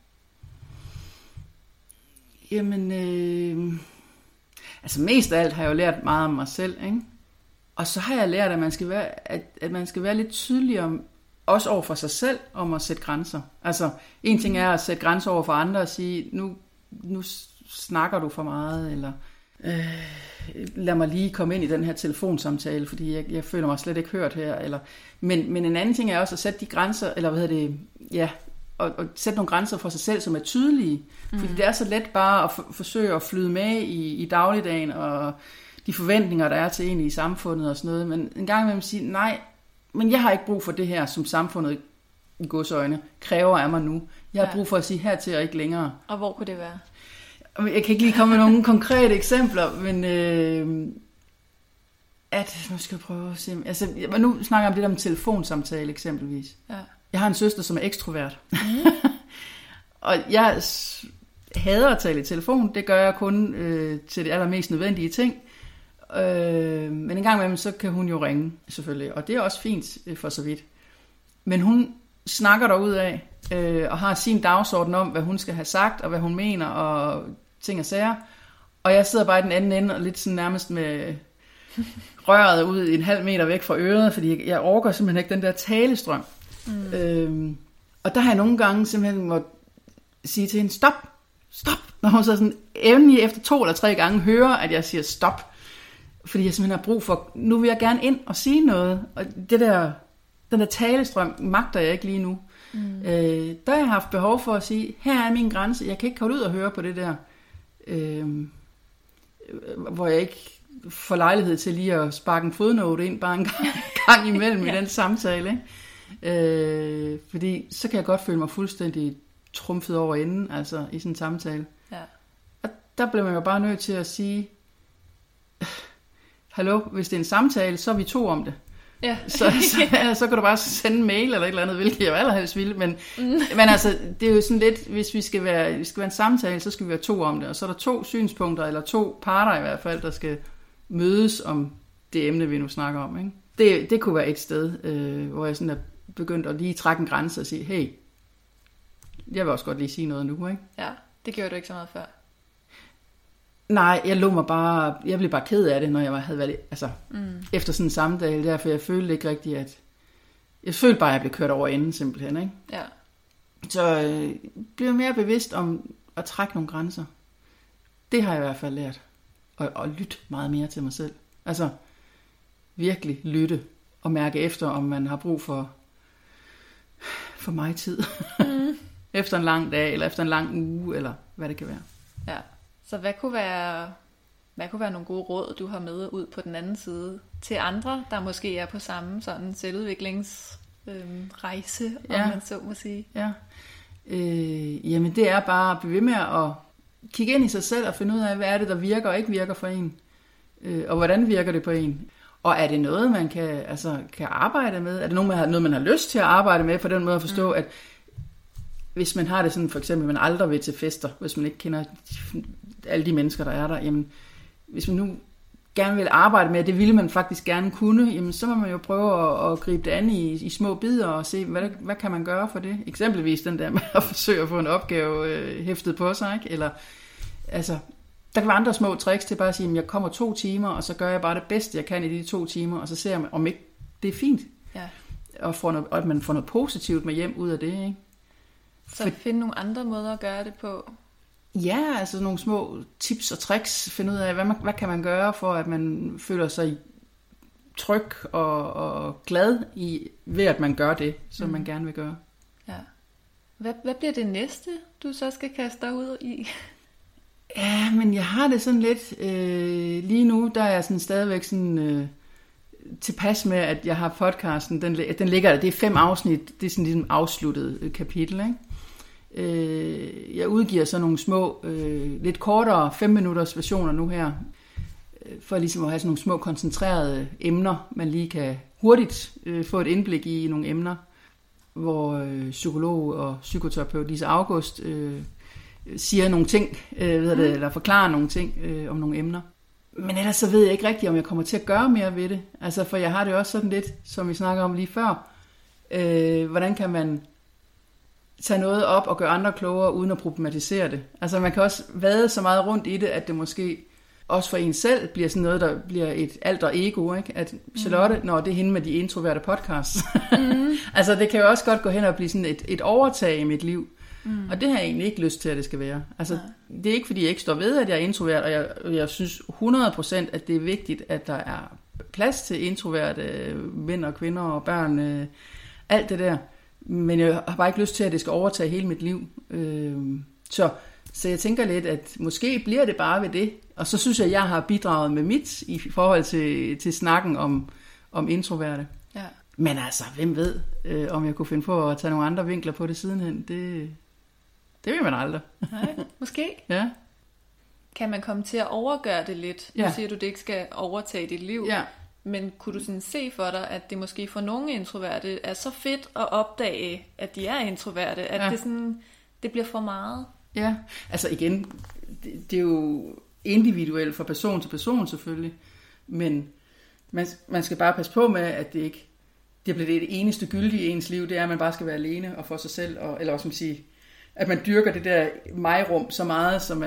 Jamen, mest af alt har jeg jo lært meget om mig selv, ikke? Og så har jeg lært, at man skal være lidt tydeligere, også over for sig selv, om at sætte grænser. Altså, en ting er at sætte grænser over for andre og sige, nu snakker du for meget, eller lad mig lige komme ind i den her telefonsamtale, fordi jeg føler mig slet ikke hørt her. Eller, men en anden ting er også at sætte de grænser, eller og sætte nogle grænser for sig selv, som er tydelige. Fordi det er så let bare at forsøge at flyde med i dagligdagen, og de forventninger, der er til en i samfundet og sådan noget. Men en gang imellem sige, nej, men jeg har ikke brug for det her, som samfundet i godsøjne kræver af mig nu. Jeg har brug for at sige hertil og ikke længere. Og hvor kunne det være? Jeg kan ikke lige komme med nogle konkrete eksempler, men nu skal jeg prøve at se. Nu snakker jeg om det der med telefonsamtale eksempelvis. Ja. Jeg har en søster, som er ekstrovert. Og jeg hader at tale i telefon. Det gør jeg kun til de allermest nødvendige ting. Men en gang imellem, så kan hun jo ringe, selvfølgelig. Og det er også fint for så vidt. Men hun snakker derudad og har sin dagsorden om, hvad hun skal have sagt, og hvad hun mener, og ting og sager. Og jeg sidder bare i den anden ende, og lidt sådan nærmest med røret ud en halv meter væk fra øret, fordi jeg orker simpelthen ikke den der talestrøm. Og der har jeg nogle gange simpelthen måtte sige til hende, stop, når hun så sådan endelig efter 2 eller 3 gange hører, at jeg siger stop. Fordi jeg simpelthen har brug for, nu vil jeg gerne ind og sige noget, og den der talestrøm magter jeg ikke lige nu. Der har jeg haft behov for at sige, her er min grænse, jeg kan ikke holde ud og høre på det der, hvor jeg ikke får lejlighed til lige at sparke en fodnote ind, bare en gang imellem i den samtale, ikke? Fordi så kan jeg godt føle mig fuldstændig trumfet over enden, altså i sådan en samtale. Ja. Og der bliver man jo bare nødt til at sige, hallo, hvis det er en samtale, så er vi 2 om det. Ja. så kan du bare sende en mail eller et eller andet, hvilket jeg jo allerhelst ville. Men altså, det er jo sådan lidt, hvis vi skal være en samtale, så skal vi være 2 om det. Og så er der 2 synspunkter, eller 2 parter i hvert fald, der skal mødes om det emne, vi nu snakker om. Ikke? Det kunne være et sted, hvor jeg sådan er begyndt at lige trække en grænse og sige, hey, jeg vil også godt lige sige noget nu. Ikke? Ja, det gjorde du ikke så meget før. Nej, jeg blev bare ked af det, når jeg havde været, efter sådan en samtale, derfor jeg følte ikke rigtigt, jeg følte bare, at jeg blev kørt over enden simpelthen, ikke? Ja. Så blev mere bevidst om at trække nogle grænser. Det har jeg i hvert fald lært. Og lytte meget mere til mig selv. Altså, virkelig lytte og mærke efter, om man har brug for mig tid. Efter en lang dag, eller efter en lang uge, eller hvad det kan være. Ja. Så hvad kunne være nogle gode råd, du har med ud på den anden side til andre, der måske er på samme sådan selvudviklingsrejse rejse, om man så må sige. Ja. Jamen det er bare at blive ved med at kigge ind i sig selv og finde ud af, hvad er det, der virker og ikke virker for en. Og hvordan virker det på en. Og er det noget, man kan arbejde med? Er det noget, man har lyst til at arbejde med, på den måde at forstå, at hvis man har det sådan, for eksempel, man aldrig vil til fester, hvis man ikke kender alle de mennesker, der er der, jamen, hvis man nu gerne vil arbejde med, det ville man faktisk gerne kunne, jamen, så må man jo prøve at gribe det an i små bidder og se, hvad kan man gøre for det? Eksempelvis den der med at forsøge at få en opgave hæftet på sig, ikke? Eller, altså, der kan være andre små tricks til bare at sige, at jeg kommer 2 timer, og så gør jeg bare det bedste, jeg kan i de 2 timer, og så ser jeg, om ikke det er fint. Ja. Og at man får noget positivt med hjem ud af det, ikke? Så finde nogle andre måder at gøre det på? Ja, altså nogle små tips og tricks. Finde ud af, hvad kan man gøre, for at man føler sig tryg og glad ved at man gør det, som man gerne vil gøre. Ja. Hvad bliver det næste, du så skal kaste dig ud i? Ja, men jeg har det sådan lidt... lige nu, der er jeg sådan stadigvæk sådan... tilpas med, at jeg har podcasten, den ligger der, det er 5 afsnit, det er sådan ligesom afsluttet kapitel, ikke? Jeg udgiver så nogle små, lidt kortere 5-minutters versioner nu her, for ligesom at have sådan nogle små koncentrerede emner, man lige kan hurtigt få et indblik i nogle emner, hvor psykolog og psykoterapeut Lise August siger nogle ting, eller forklarer nogle ting om nogle emner. Men ellers så ved jeg ikke rigtigt, om jeg kommer til at gøre mere ved det. Altså, for jeg har det også sådan lidt, som vi snakker om lige før. Hvordan kan man tage noget op og gøre andre klogere, uden at problematisere det? Altså, man kan også vade så meget rundt i det, at det måske også for en selv bliver sådan noget, der bliver et alter ego, ikke? At Charlotte, det er hende med de introverte podcasts. Altså, det kan jo også godt gå hen og blive sådan et overtag i mit liv. Og det har jeg egentlig ikke lyst til, at det skal være. Altså, det er ikke, fordi jeg ikke står ved, at jeg er introvert, og jeg synes 100%, at det er vigtigt, at der er plads til introverte mænd og kvinder og børn, alt det der. Men jeg har bare ikke lyst til, at det skal overtage hele mit liv. Så jeg tænker lidt, at måske bliver det bare ved det. Og så synes jeg, at jeg har bidraget med mit i forhold til snakken om introverte. Ja. Men altså, hvem ved, om jeg kunne finde på at tage nogle andre vinkler på det sidenhen. Det ved man aldrig. Nej, måske. Ja. Kan man komme til at overgøre det lidt? Nu siger du, at det ikke skal overtage dit liv. Ja. Men kunne du sådan se for dig, at det måske for nogle introverte er så fedt at opdage, at de er introverte, at det, sådan, det bliver for meget? Ja, altså igen, det er jo individuelt fra person til person selvfølgelig. Men man skal bare passe på med, at det ikke det bliver det eneste gyldige i ens liv, det er, at man bare skal være alene og for sig selv, eller hvad skal man sige, at man dyrker det der mig-rum så meget, så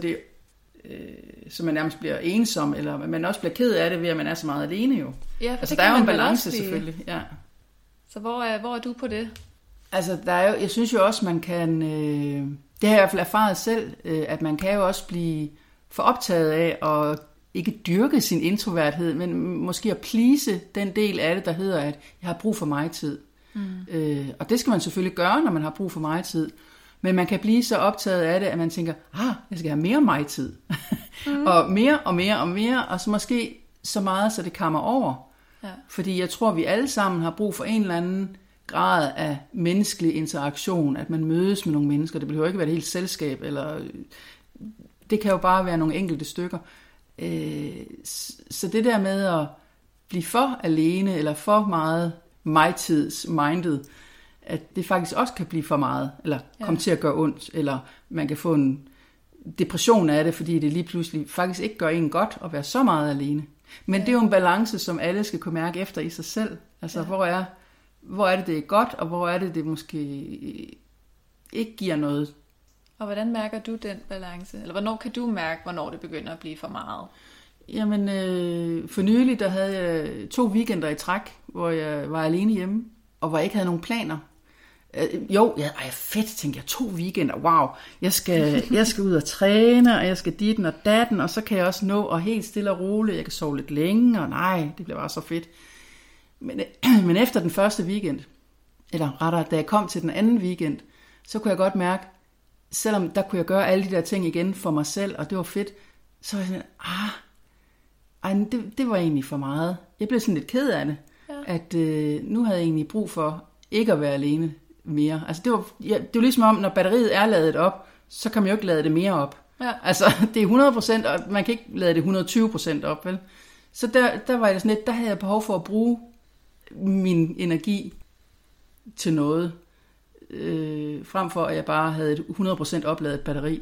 man nærmest bliver ensom, eller man også bliver ked af det ved, at man er så meget alene jo. Ja, altså der er jo en balance selvfølgelig. Ja. Så hvor er du på det? Altså der er jo, jeg synes jo også, man kan, det har jeg i hvert fald erfaret selv, at man kan jo også blive for optaget af at ikke dyrke sin introverthed, men måske at please den del af det, der hedder, at jeg har brug for mig-tid. Og det skal man selvfølgelig gøre, når man har brug for mig-tid. Men man kan blive så optaget af det, at man tænker, jeg skal have mere mig-tid. Og mere og mere og mere, og så måske så meget, så det kammer over. Ja. Fordi jeg tror, vi alle sammen har brug for en eller anden grad af menneskelig interaktion, at man mødes med nogle mennesker. Det behøver ikke være et helt selskab, eller det kan jo bare være nogle enkelte stykker. Så det der med at blive for alene, eller for meget mig-tids-minded, at det faktisk også kan blive for meget, eller komme til at gøre ondt, eller man kan få en depression af det, fordi det lige pludselig faktisk ikke gør en godt at være så meget alene. Men det er jo en balance, som alle skal kunne mærke efter i sig selv. Altså, hvor er det er godt, og hvor er det måske ikke giver noget. Og hvordan mærker du den balance? Eller hvornår kan du mærke, hvornår det begynder at blive for meget? Jamen, for nylig, der havde jeg 2 weekender i træk, hvor jeg var alene hjemme, og hvor jeg ikke havde nogen planer. Fedt, tænkte jeg, 2 weekender, wow, jeg skal ud og træne, og jeg skal ditten og datten, og så kan jeg også nå, og helt stille og roligt, jeg kan sove lidt længe, og nej, det bliver bare så fedt. Men efter den første weekend, eller rettere, da jeg kom til den anden weekend, så kunne jeg godt mærke, selvom der kunne jeg gøre alle de der ting igen for mig selv, og det var fedt, så var jeg sådan, det var egentlig for meget. Jeg blev sådan lidt ked af det, at nu havde jeg egentlig brug for ikke at være alene mere. Altså det var ligesom om, når batteriet er ladet op, så kan man jo ikke lade det mere op. Ja. Altså det er 100%, og man kan ikke lade det 120% op, vel? Så der var det sådan lidt, der havde jeg behov for at bruge min energi til noget, frem for at jeg bare havde et 100% opladet batteri.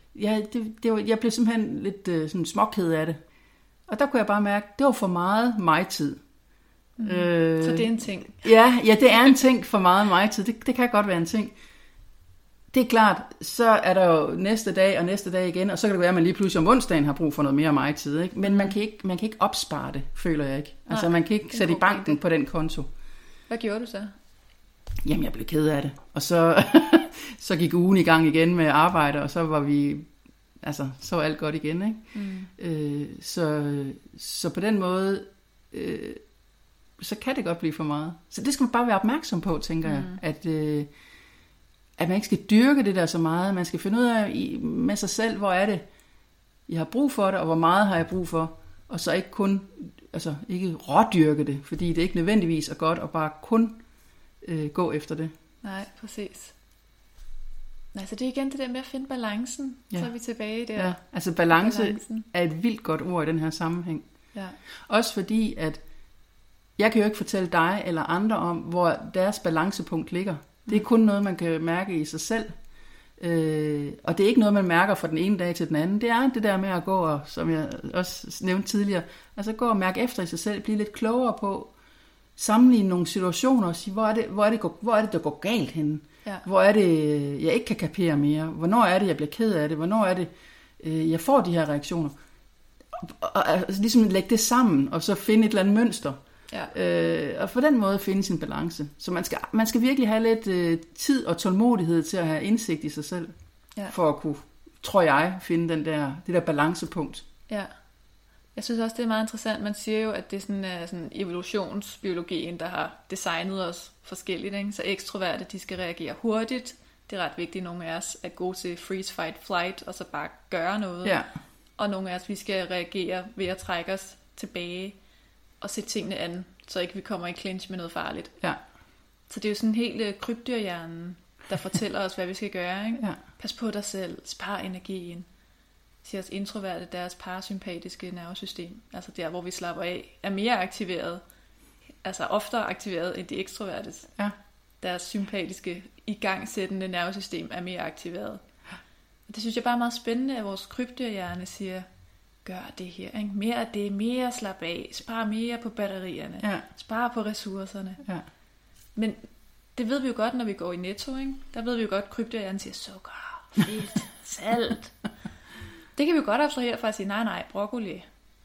Jeg blev simpelthen lidt sådan småked af det. Og der kunne jeg bare mærke, det var for meget mig-tid. Så det er en ting. Ja, det er en ting, for meget mig-tid. Det kan godt være en ting. Det er klart, så er der jo næste dag og næste dag igen, og så kan det være, at man lige pludselig om onsdagen har brug for noget mere mig-tid. Ikke? Men man kan ikke opspare det, føler jeg ikke. Altså Nej, man kan ikke sætte i banken på den konto. Hvad gjorde du så? Jamen, jeg blev ked af det. Og så gik ugen i gang igen med arbejde, og så var vi... Altså, så var alt godt igen, ikke? Så på den måde, så kan det godt blive for meget. Så det skal man bare være opmærksom på, tænker jeg. At man ikke skal dyrke det der så meget. Man skal finde ud af med sig selv, hvor er det, jeg har brug for det, og hvor meget har jeg brug for. Og så ikke kun, altså ikke rådyrke det, fordi det er ikke nødvendigvis er godt at bare kun gå efter det. Nej, præcis. Nej, så det er igen det der med at finde balancen. Ja. Så er vi tilbage der. Ja, altså balancen er et vildt godt ord i den her sammenhæng. Ja. Også fordi, at jeg kan jo ikke fortælle dig eller andre om, hvor deres balancepunkt ligger. Det er kun noget, man kan mærke i sig selv. Og det er ikke noget, man mærker fra den ene dag til den anden. Det er det der med at gå, og, som jeg også nævnte tidligere, altså gå og mærke efter i sig selv, blive lidt klogere på, sammenligne nogle situationer og sige, hvor er det, der går galt henne? Ja. Hvor er det, jeg ikke kan kapere mere? Hvornår er det, jeg bliver ked af det? Hvornår er det, jeg får de her reaktioner? Og altså, ligesom lægge det sammen, og så finde et eller andet mønster. Ja. Og på den måde finde sin balance. Så man skal virkelig have lidt tid og tålmodighed til at have indsigt i sig selv, for at kunne, tror jeg, finde det der balancepunkt. Ja. Jeg synes også, det er meget interessant. Man siger jo, at det er sådan evolutionsbiologien, der har designet os forskelligt. Ikke? Så ekstroverte, de skal reagere hurtigt. Det er ret vigtigt, nogle af os er gode til freeze, fight, flight, og så bare gøre noget. Ja. Og nogle af os, vi skal reagere ved at trække os tilbage og se tingene an, så ikke vi kommer i clinch med noget farligt. Ja. Så det er jo sådan helt krybdyrhjernen, der fortæller os, hvad vi skal gøre. Ikke? Ja. Pas på dig selv, spar energien. Siger os introverte, deres parasympatiske nervesystem, altså der, hvor vi slapper af, er mere aktiveret, altså oftere aktiveret end de ekstrovertes. Ja. Deres sympatiske, igangsættende nervesystem er mere aktiveret. Og det synes jeg bare er meget spændende, at vores krybdyrhjerne siger, gør det her, ikke? Mere af det, mere slap af, spar mere på batterierne, spar på ressourcerne. Ja. Men det ved vi jo godt, når vi går i Netto, ikke? Der ved vi jo godt, at krybdyrhjernen siger, sukker, fedt, salt. Det kan vi jo godt abstrahere fra at sige, nej, broccoli.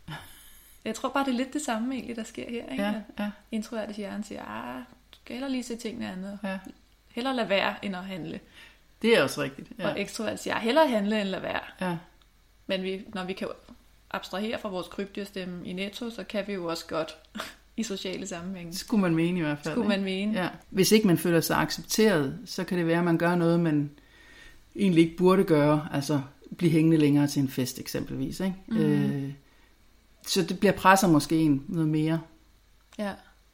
Jeg tror bare, det er lidt det samme egentlig, der sker her. Ikke? Ja. Introvertes hjerne siger, du skal hellere lige se tingene andet. Ja. Hellere lade være, end at handle. Det er også rigtigt. Ja. Og ekstrovert siger, hellere handle, end lade være. Ja. Men når vi kan abstrahere fra vores krybdyrstemme i Netto, så kan vi jo også godt i sociale sammenhænge. Det skulle man mene i hvert fald. Skulle man mene. Ja. Hvis ikke man føler sig accepteret, så kan det være, at man gør noget, man egentlig ikke burde gøre. Altså blive hængende længere til en fest eksempelvis. Ikke? Mm. Så det bliver presser måske noget mere. Ja.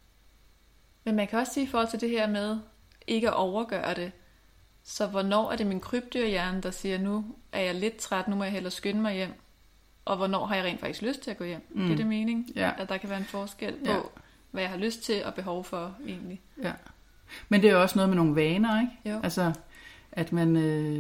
Men man kan også sige i forhold til det her med ikke at overgøre det. Så hvornår er det min krybdyrhjerne, der siger, nu er jeg lidt træt, nu må jeg hellere skynde mig hjem. Og hvornår har jeg rent faktisk lyst til at gå hjem? Det er det mening? Ja. At der kan være en forskel på, hvad jeg har lyst til og behov for egentlig. Ja. Men det er jo også noget med nogle vaner, ikke? Jo. Altså at man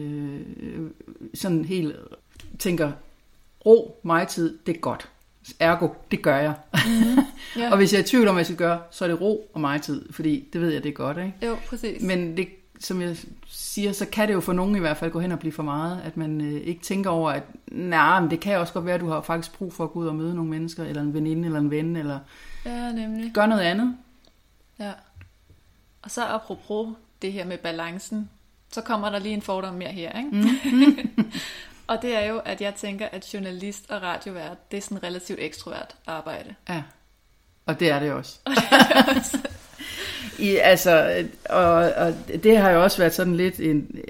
sådan helt tænker, ro, mig-tid, det er godt. Ergo, det gør jeg. Mm-hmm. Yeah. Og hvis jeg er i tvivl om, hvad jeg skal gøre, så er det ro og mig-tid, fordi det ved jeg, det er godt, ikke? Jo, præcis. Men det, som jeg siger, så kan det jo for nogen i hvert fald gå hen og blive for meget, at man ikke tænker over, at men det kan også godt være, at du har faktisk brug for at gå ud og møde nogle mennesker, eller en veninde, eller en ven, eller nemlig. Gør noget andet. Ja. Og så apropos det her med balancen, så kommer der lige en fordom mere her, ikke? Mm. Og det er jo, at jeg tænker, at journalist og radiovært, det er sådan relativt ekstrovert arbejde. Ja, og det er det også. Og det er det også. Og det har jo også været sådan lidt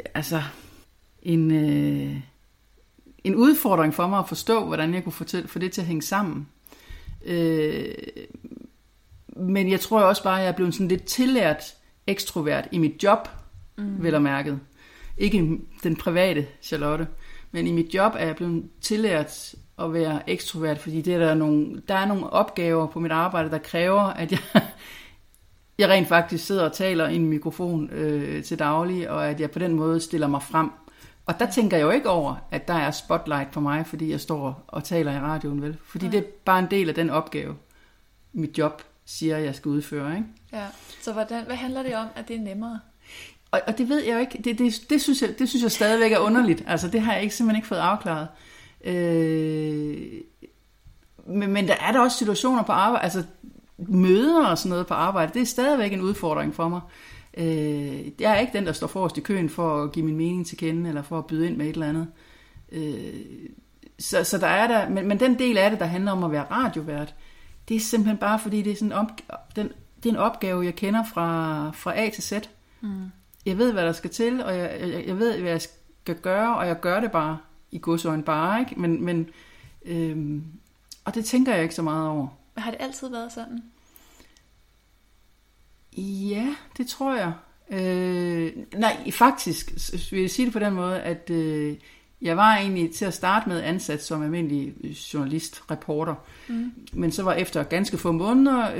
en udfordring for mig at forstå, hvordan jeg kunne få det til at hænge sammen. Men jeg tror også bare, at jeg er blevet sådan lidt tillært ekstrovert i mit job, vel og mærket. Ikke den private Charlotte, men i mit job er jeg blevet tillært at være ekstrovert, fordi der er nogle opgaver på mit arbejde, der kræver, at jeg rent faktisk sidder og taler i en mikrofon til daglig, og at jeg på den måde stiller mig frem. Og der tænker jeg jo ikke over, at der er spotlight på mig, fordi jeg står og taler i radioen, vel? Fordi det er bare en del af den opgave, mit job siger, jeg skal udføre, ikke? Ja, så hvad handler det om, at det er nemmere? Og det ved jeg jo ikke. Det synes jeg stadigvæk er underligt. Altså, det har jeg simpelthen ikke fået afklaret. Men der er der også situationer på arbejde, altså møder og sådan noget på arbejde, det er stadigvæk en udfordring for mig. Jeg er ikke den, der står forrest i køen for at give min mening til kende, eller for at byde ind med et eller andet. Så der er der, men den del af det, der handler om at være radiovært, det er simpelthen bare fordi, det er sådan det er en opgave, jeg kender fra A til Z. Jeg ved, hvad der skal til, og jeg ved, hvad jeg skal gøre, og jeg gør det bare i godsøjne bare, ikke? Men og det tænker jeg ikke så meget over. Har det altid været sådan? Ja, det tror jeg. Nej, faktisk vil jeg sige det på den måde, at jeg var egentlig til at starte med ansat som almindelig journalist, reporter. Men så var efter ganske få måneder,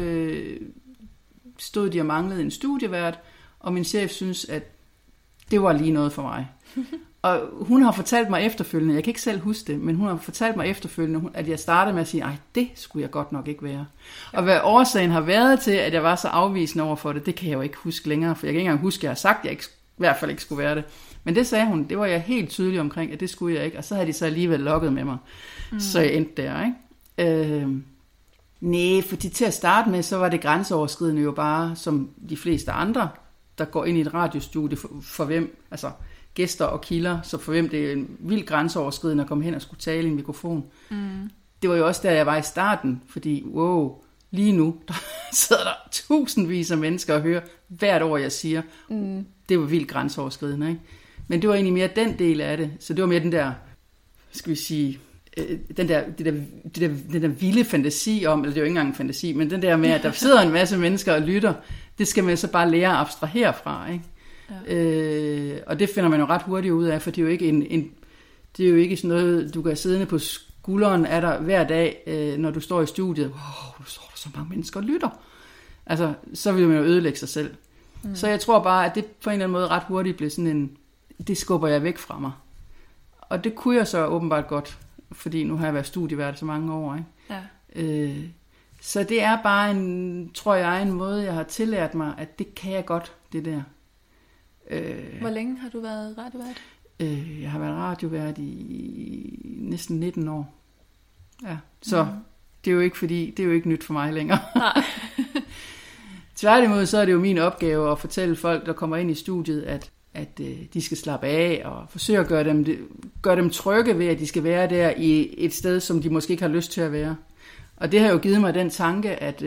stod de og manglede en studievært, og min chef synes, at det var lige noget for mig. Og hun har fortalt mig efterfølgende, jeg kan ikke selv huske det, men hun har fortalt mig efterfølgende, at jeg startede med at sige, ej, det skulle jeg godt nok ikke være. Og hvad årsagen har været til, at jeg var så afvisende over for det, det kan jeg jo ikke huske længere, for jeg kan ikke engang huske, at jeg har sagt, at jeg ikke, i hvert fald ikke skulle være det. Men det sagde hun, det var jeg helt tydelig omkring, at det skulle jeg ikke, og så havde de så alligevel lokket med mig. Så jeg endte der, ikke? Nej, fordi til at starte med, så var det grænseoverskridende jo bare, som de fleste andre, der går ind i et radiostudie, for hvem, altså gæster og kilder, så for hvem det er en vild grænseoverskridende at komme hen og skulle tale i en mikrofon. Det var jo også der, jeg var i starten, fordi lige nu, der sidder der tusindvis af mennesker og hører hvert ord, jeg siger. Det var vildt grænseoverskridende, ikke? Men det var egentlig mere den del af det, så det var mere den der, skal vi sige, den der vilde fantasi om, eller det er jo ikke engang en fantasi, men den der med, at der sidder en masse mennesker og lytter, det skal man så bare lære at abstrahere fra, ikke? Ja. Og det finder man jo ret hurtigt ud af, for det er jo ikke det er jo ikke sådan noget, du kan siddende på skulderen af dig hver dag, når du står i studiet. Så er der så mange mennesker og lytter. Altså, så vil man jo ødelægge sig selv. Så jeg tror bare, at det på en eller anden måde ret hurtigt blev sådan det skubber jeg væk fra mig. Og det kunne jeg så åbenbart godt, fordi nu har jeg været studievært så mange år, ikke? Ja. Så det er bare tror jeg, en måde, jeg har tillært mig, at det kan jeg godt, det der. Hvor længe har du været radiovært? Jeg har været radiovært i næsten 19 år. Ja, så det er jo ikke fordi, det er jo ikke nyt for mig længere. Nej. Tværtimod så er det jo min opgave at fortælle folk, der kommer ind i studiet, at de skal slappe af og forsøge at gøre dem trygge ved, at de skal være der i et sted, som de måske ikke har lyst til at være. Og det har jo givet mig den tanke, at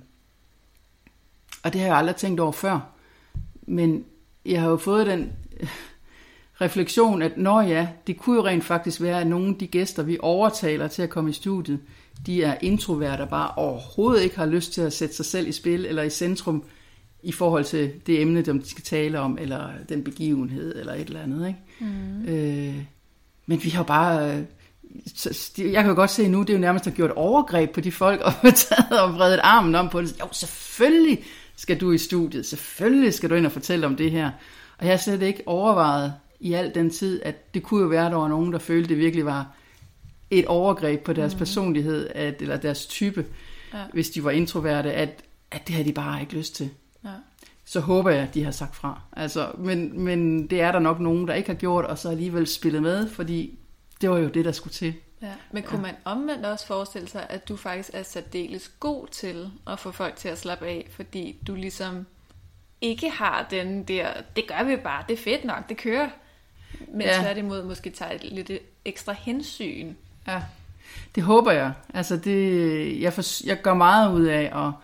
og det har jeg aldrig tænkt over før, men jeg har jo fået den refleksion, at det kunne jo rent faktisk være, at nogle af de gæster, vi overtaler til at komme i studiet, de er introverter, bare overhovedet ikke har lyst til at sætte sig selv i spil eller i centrum i forhold til det emne, de skal tale om, eller den begivenhed, eller et eller andet, ikke? Men vi har bare... jeg kan jo godt se nu, det er jo nærmest har gjort overgreb på de folk, og taget og vredet armen om på det. Jo, selvfølgelig skal du i studiet, selvfølgelig skal du ind og fortælle om det her. Og jeg har slet ikke overvejet i al den tid, at det kunne jo være, at der var nogen, der følte, det virkelig var et overgreb på deres personlighed, eller deres type, hvis de var introverte, at det havde de bare ikke lyst til. Ja. Så håber jeg, at de har sagt fra. Altså, men det er der nok nogen, der ikke har gjort, og så alligevel spillet med, fordi det var jo det, der skulle til. Ja. Men kunne man omvendt også forestille sig, at du faktisk er særdeles god til at få folk til at slappe af, fordi du ligesom ikke har den der, det gør vi bare, det er fedt nok, det kører. Men tværtimod måske tager et lidt ekstra hensyn. Ja, det håber jeg. Altså jeg gør meget ud af at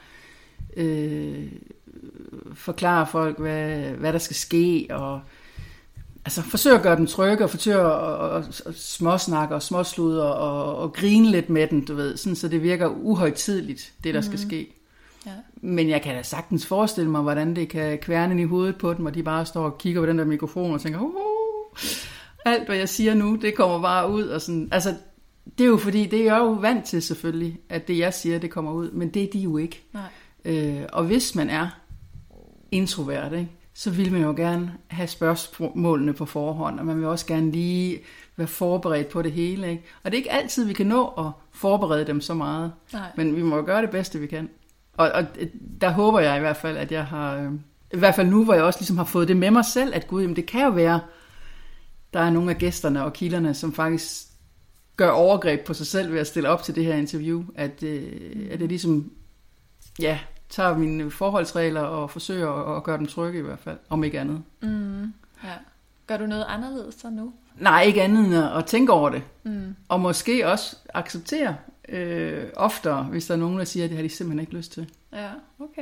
forklare folk, hvad der skal ske, og altså forsøge at gøre dem trygge, og forsøge at småsnakke og småsludre og grine lidt med dem, du ved, sådan, så det virker uhøjtideligt, det der skal ske. Ja. Men jeg kan da sagtens forestille mig, hvordan det kan kværne i hovedet på dem, og de bare står og kigger på den der mikrofon og tænker, alt hvad jeg siger nu, det kommer bare ud. Og sådan. Altså, det er jo fordi, det er jeg jo vant til selvfølgelig, at det jeg siger, det kommer ud, men det er de jo ikke. Og hvis man er introvert, ikke, så vil man jo gerne have spørgsmålene på forhånd, og man vil også gerne lige være forberedt på det hele. Ikke? Og det er ikke altid, vi kan nå at forberede dem så meget, men vi må jo gøre det bedste, vi kan. Og der håber jeg i hvert fald, at jeg har, i hvert fald nu, hvor jeg også ligesom har fået det med mig selv, at gud, jamen det kan jo være, der er nogle af gæsterne og kilderne, som faktisk gør overgreb på sig selv ved at stille op til det her interview, at det ligesom, ja, tager mine forholdsregler og forsøger at gøre dem trygge i hvert fald, om ikke andet. Ja. Gør du noget anderledes så nu? Nej, ikke andet end at tænke over det. Og måske også acceptere oftere, hvis der er nogen, der siger, at det har de simpelthen ikke lyst til. Ja, okay.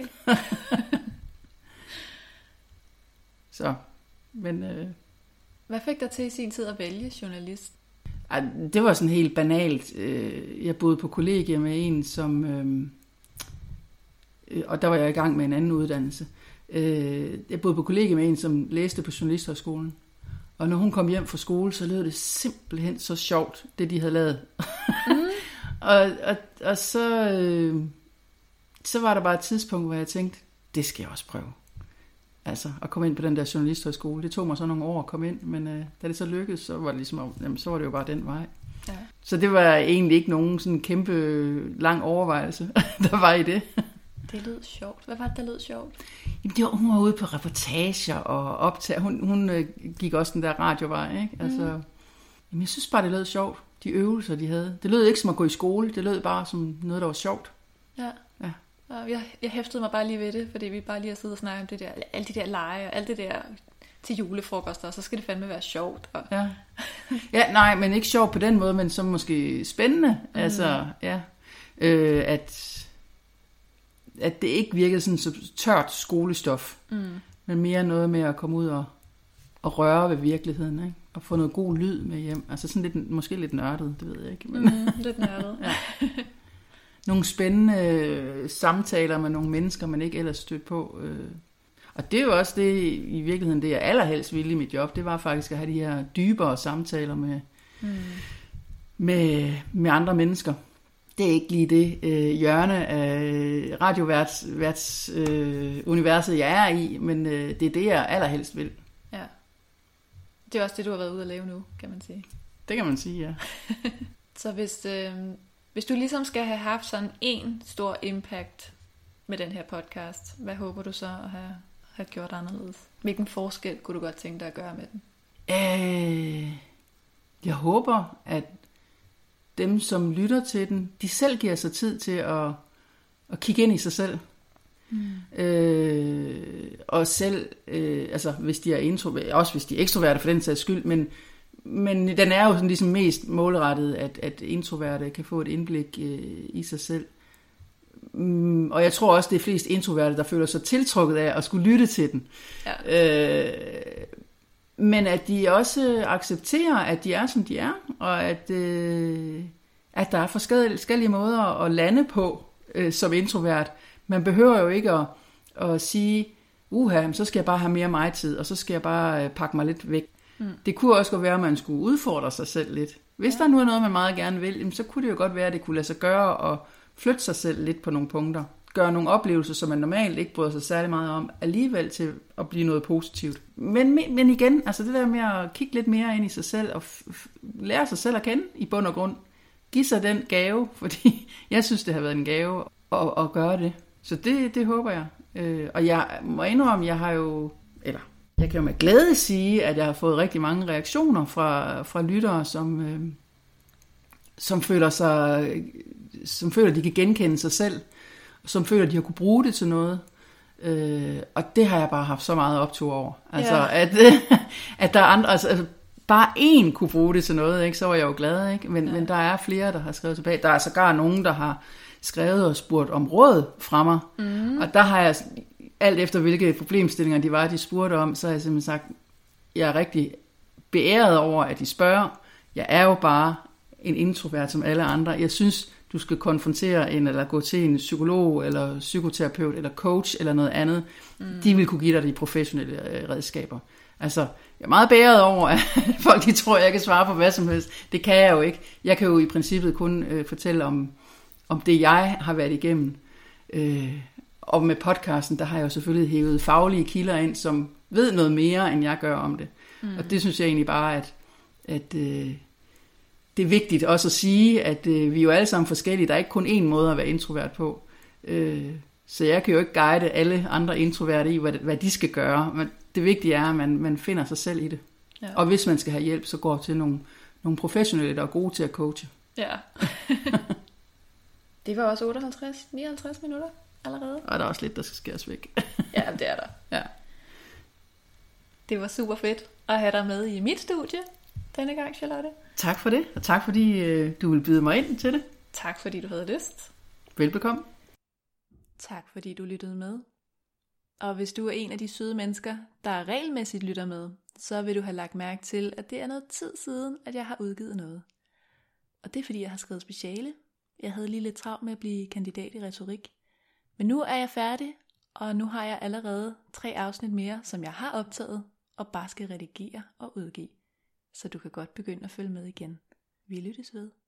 Så, men... Hvad fik dig til i sin tid at vælge journalist? Det var sådan helt banalt. Jeg boede på kollegie med en, som... og der var jeg i gang med en anden uddannelse. Jeg boede på kollegie med en, som læste på Journalisthøjskolen. Og når hun kom hjem fra skole, så lød det simpelthen så sjovt, det de havde lavet. og så var der bare et tidspunkt, hvor jeg tænkte, det skal jeg også prøve. Altså at komme ind på den der Journalisthøjskole. Det tog mig så nogle år at komme ind, men da det så lykkedes, så var det ligesom, jamen, så var det jo bare den vej. Ja. Så det var egentlig ikke nogen sådan kæmpe lang overvejelse, der var i det. Det lød sjovt. Hvad var det, der lød sjovt? Jamen, hun var ude på reportager og optager. Hun gik også den der radiovej, ikke? Altså, jamen, jeg synes bare, det lød sjovt. De øvelser, de havde. Det lød ikke som at gå i skole. Det lød bare som noget, der var sjovt. Ja. Jeg hæftede mig bare lige ved det, fordi vi bare lige har siddet og snakket om det der, alle de der lege og alt det der til julefrokoster, og så skal det fandme være sjovt. Og... Ja, nej, men ikke sjovt på den måde, men som måske spændende. Altså, ja. At det ikke virkede sådan så tørt skolestof, men mere noget med at komme ud og røre ved virkeligheden, ikke? Og få noget god lyd med hjem. Altså sådan lidt, måske lidt nørdet, det ved jeg ikke. Men... lidt nørdet. Ja. Nogle spændende samtaler med nogle mennesker, man ikke ellers stødt på. Og det er jo også det, i virkeligheden, det jeg allerhelst ville i mit job, det var faktisk at have de her dybere samtaler med andre mennesker. Det er ikke lige det hjørne af radioværts-universet, jeg er i, men det er det, jeg allerhelst vil. Ja. Det er også det, du har været ude at lave nu, kan man sige. Det kan man sige, ja. Så hvis du ligesom skal have haft sådan en stor impact med den her podcast, hvad håber du så at have gjort anderledes? Hvilken forskel kunne du godt tænke dig at gøre med den? Jeg håber, at dem, som lytter til den, de selv giver sig tid til at kigge ind i sig selv. Og selv, altså hvis de er introverte, også hvis de er ekstroverte for den sags skyld, men den er jo sådan ligesom mest målrettet, at introverte kan få et indblik i sig selv. Og jeg tror også, det er flest introverte, der føler sig tiltrukket af at skulle lytte til den. Ja. Men at de også accepterer, at de er, som de er, og at der er forskellige måder at lande på som introvert. Man behøver jo ikke at sige, så skal jeg bare have mere mig-tid, og så skal jeg bare pakke mig lidt væk. Det kunne også godt være, at man skulle udfordre sig selv lidt. Hvis der nu er noget, man meget gerne vil, så kunne det jo godt være, at det kunne lade sig gøre og flytte sig selv lidt på nogle punkter. Gøre nogle oplevelser, som man normalt ikke bryder sig særlig meget om, alligevel til at blive noget positivt. Men igen, altså det der med at kigge lidt mere ind i sig selv og lære sig selv at kende i bund og grund. Giv sig den gave, fordi jeg synes, det har været en gave at gøre det. Så det håber jeg. Og jeg må indrømme, jeg kan jo med glæde sige, at jeg har fået rigtig mange reaktioner fra lyttere, som føler, de kan genkende sig selv, som føler, de har kunne bruge det til noget. Og det har jeg bare haft så meget optur over. Altså, at der er andre, altså bare én kunne bruge det til noget, ikke? Så var jeg jo glad, ikke? Men der er flere, der har skrevet tilbage. Der er sågar nogen, der har skrevet og spurgt om råd fra mig. Og der har jeg, alt efter hvilke problemstillinger de spurgte om, så har jeg simpelthen sagt, jeg er rigtig beæret over, at de spørger. Jeg er jo bare en introvert som alle andre. Jeg synes, du skal konfrontere en, eller gå til en psykolog, eller psykoterapeut, eller coach, eller noget andet. De vil kunne give dig de professionelle redskaber. Altså, jeg er meget bæret over, at folk de tror, jeg kan svare på hvad som helst. Det kan jeg jo ikke. Jeg kan jo i princippet kun fortælle om det, jeg har været igennem. Og med podcasten, der har jeg jo selvfølgelig hævet faglige kilder ind, som ved noget mere, end jeg gør om det. Og det synes jeg egentlig bare, at det er vigtigt også at sige, at vi er jo alle sammen forskellige. Der er ikke kun én måde at være introvert på. Så jeg kan jo ikke guide alle andre introverte i, hvad de skal gøre. Men det vigtige er, at man finder sig selv i det. Ja. Og hvis man skal have hjælp, så går til nogle professionelle, der er gode til at coache. Ja. Det var også 59 minutter allerede. Og der er også lidt, der skal skæres væk. Ja, det er der. Ja. Det var super fedt at have dig med i mit studie denne gang, Charlotte. Tak for det, og tak fordi du ville byde mig ind til det. Tak fordi du havde lyst. Velbekomme. Tak fordi du lyttede med. Og hvis du er en af de søde mennesker, der regelmæssigt lytter med, så vil du have lagt mærke til, at det er noget tid siden, at jeg har udgivet noget. Og det er fordi, jeg har skrevet speciale. Jeg havde lige lidt travlt med at blive kandidat i retorik. Men nu er jeg færdig, og nu har jeg allerede 3 afsnit mere, som jeg har optaget, og bare skal redigere og udgive. Så du kan godt begynde at følge med igen. Vi lyttes ved.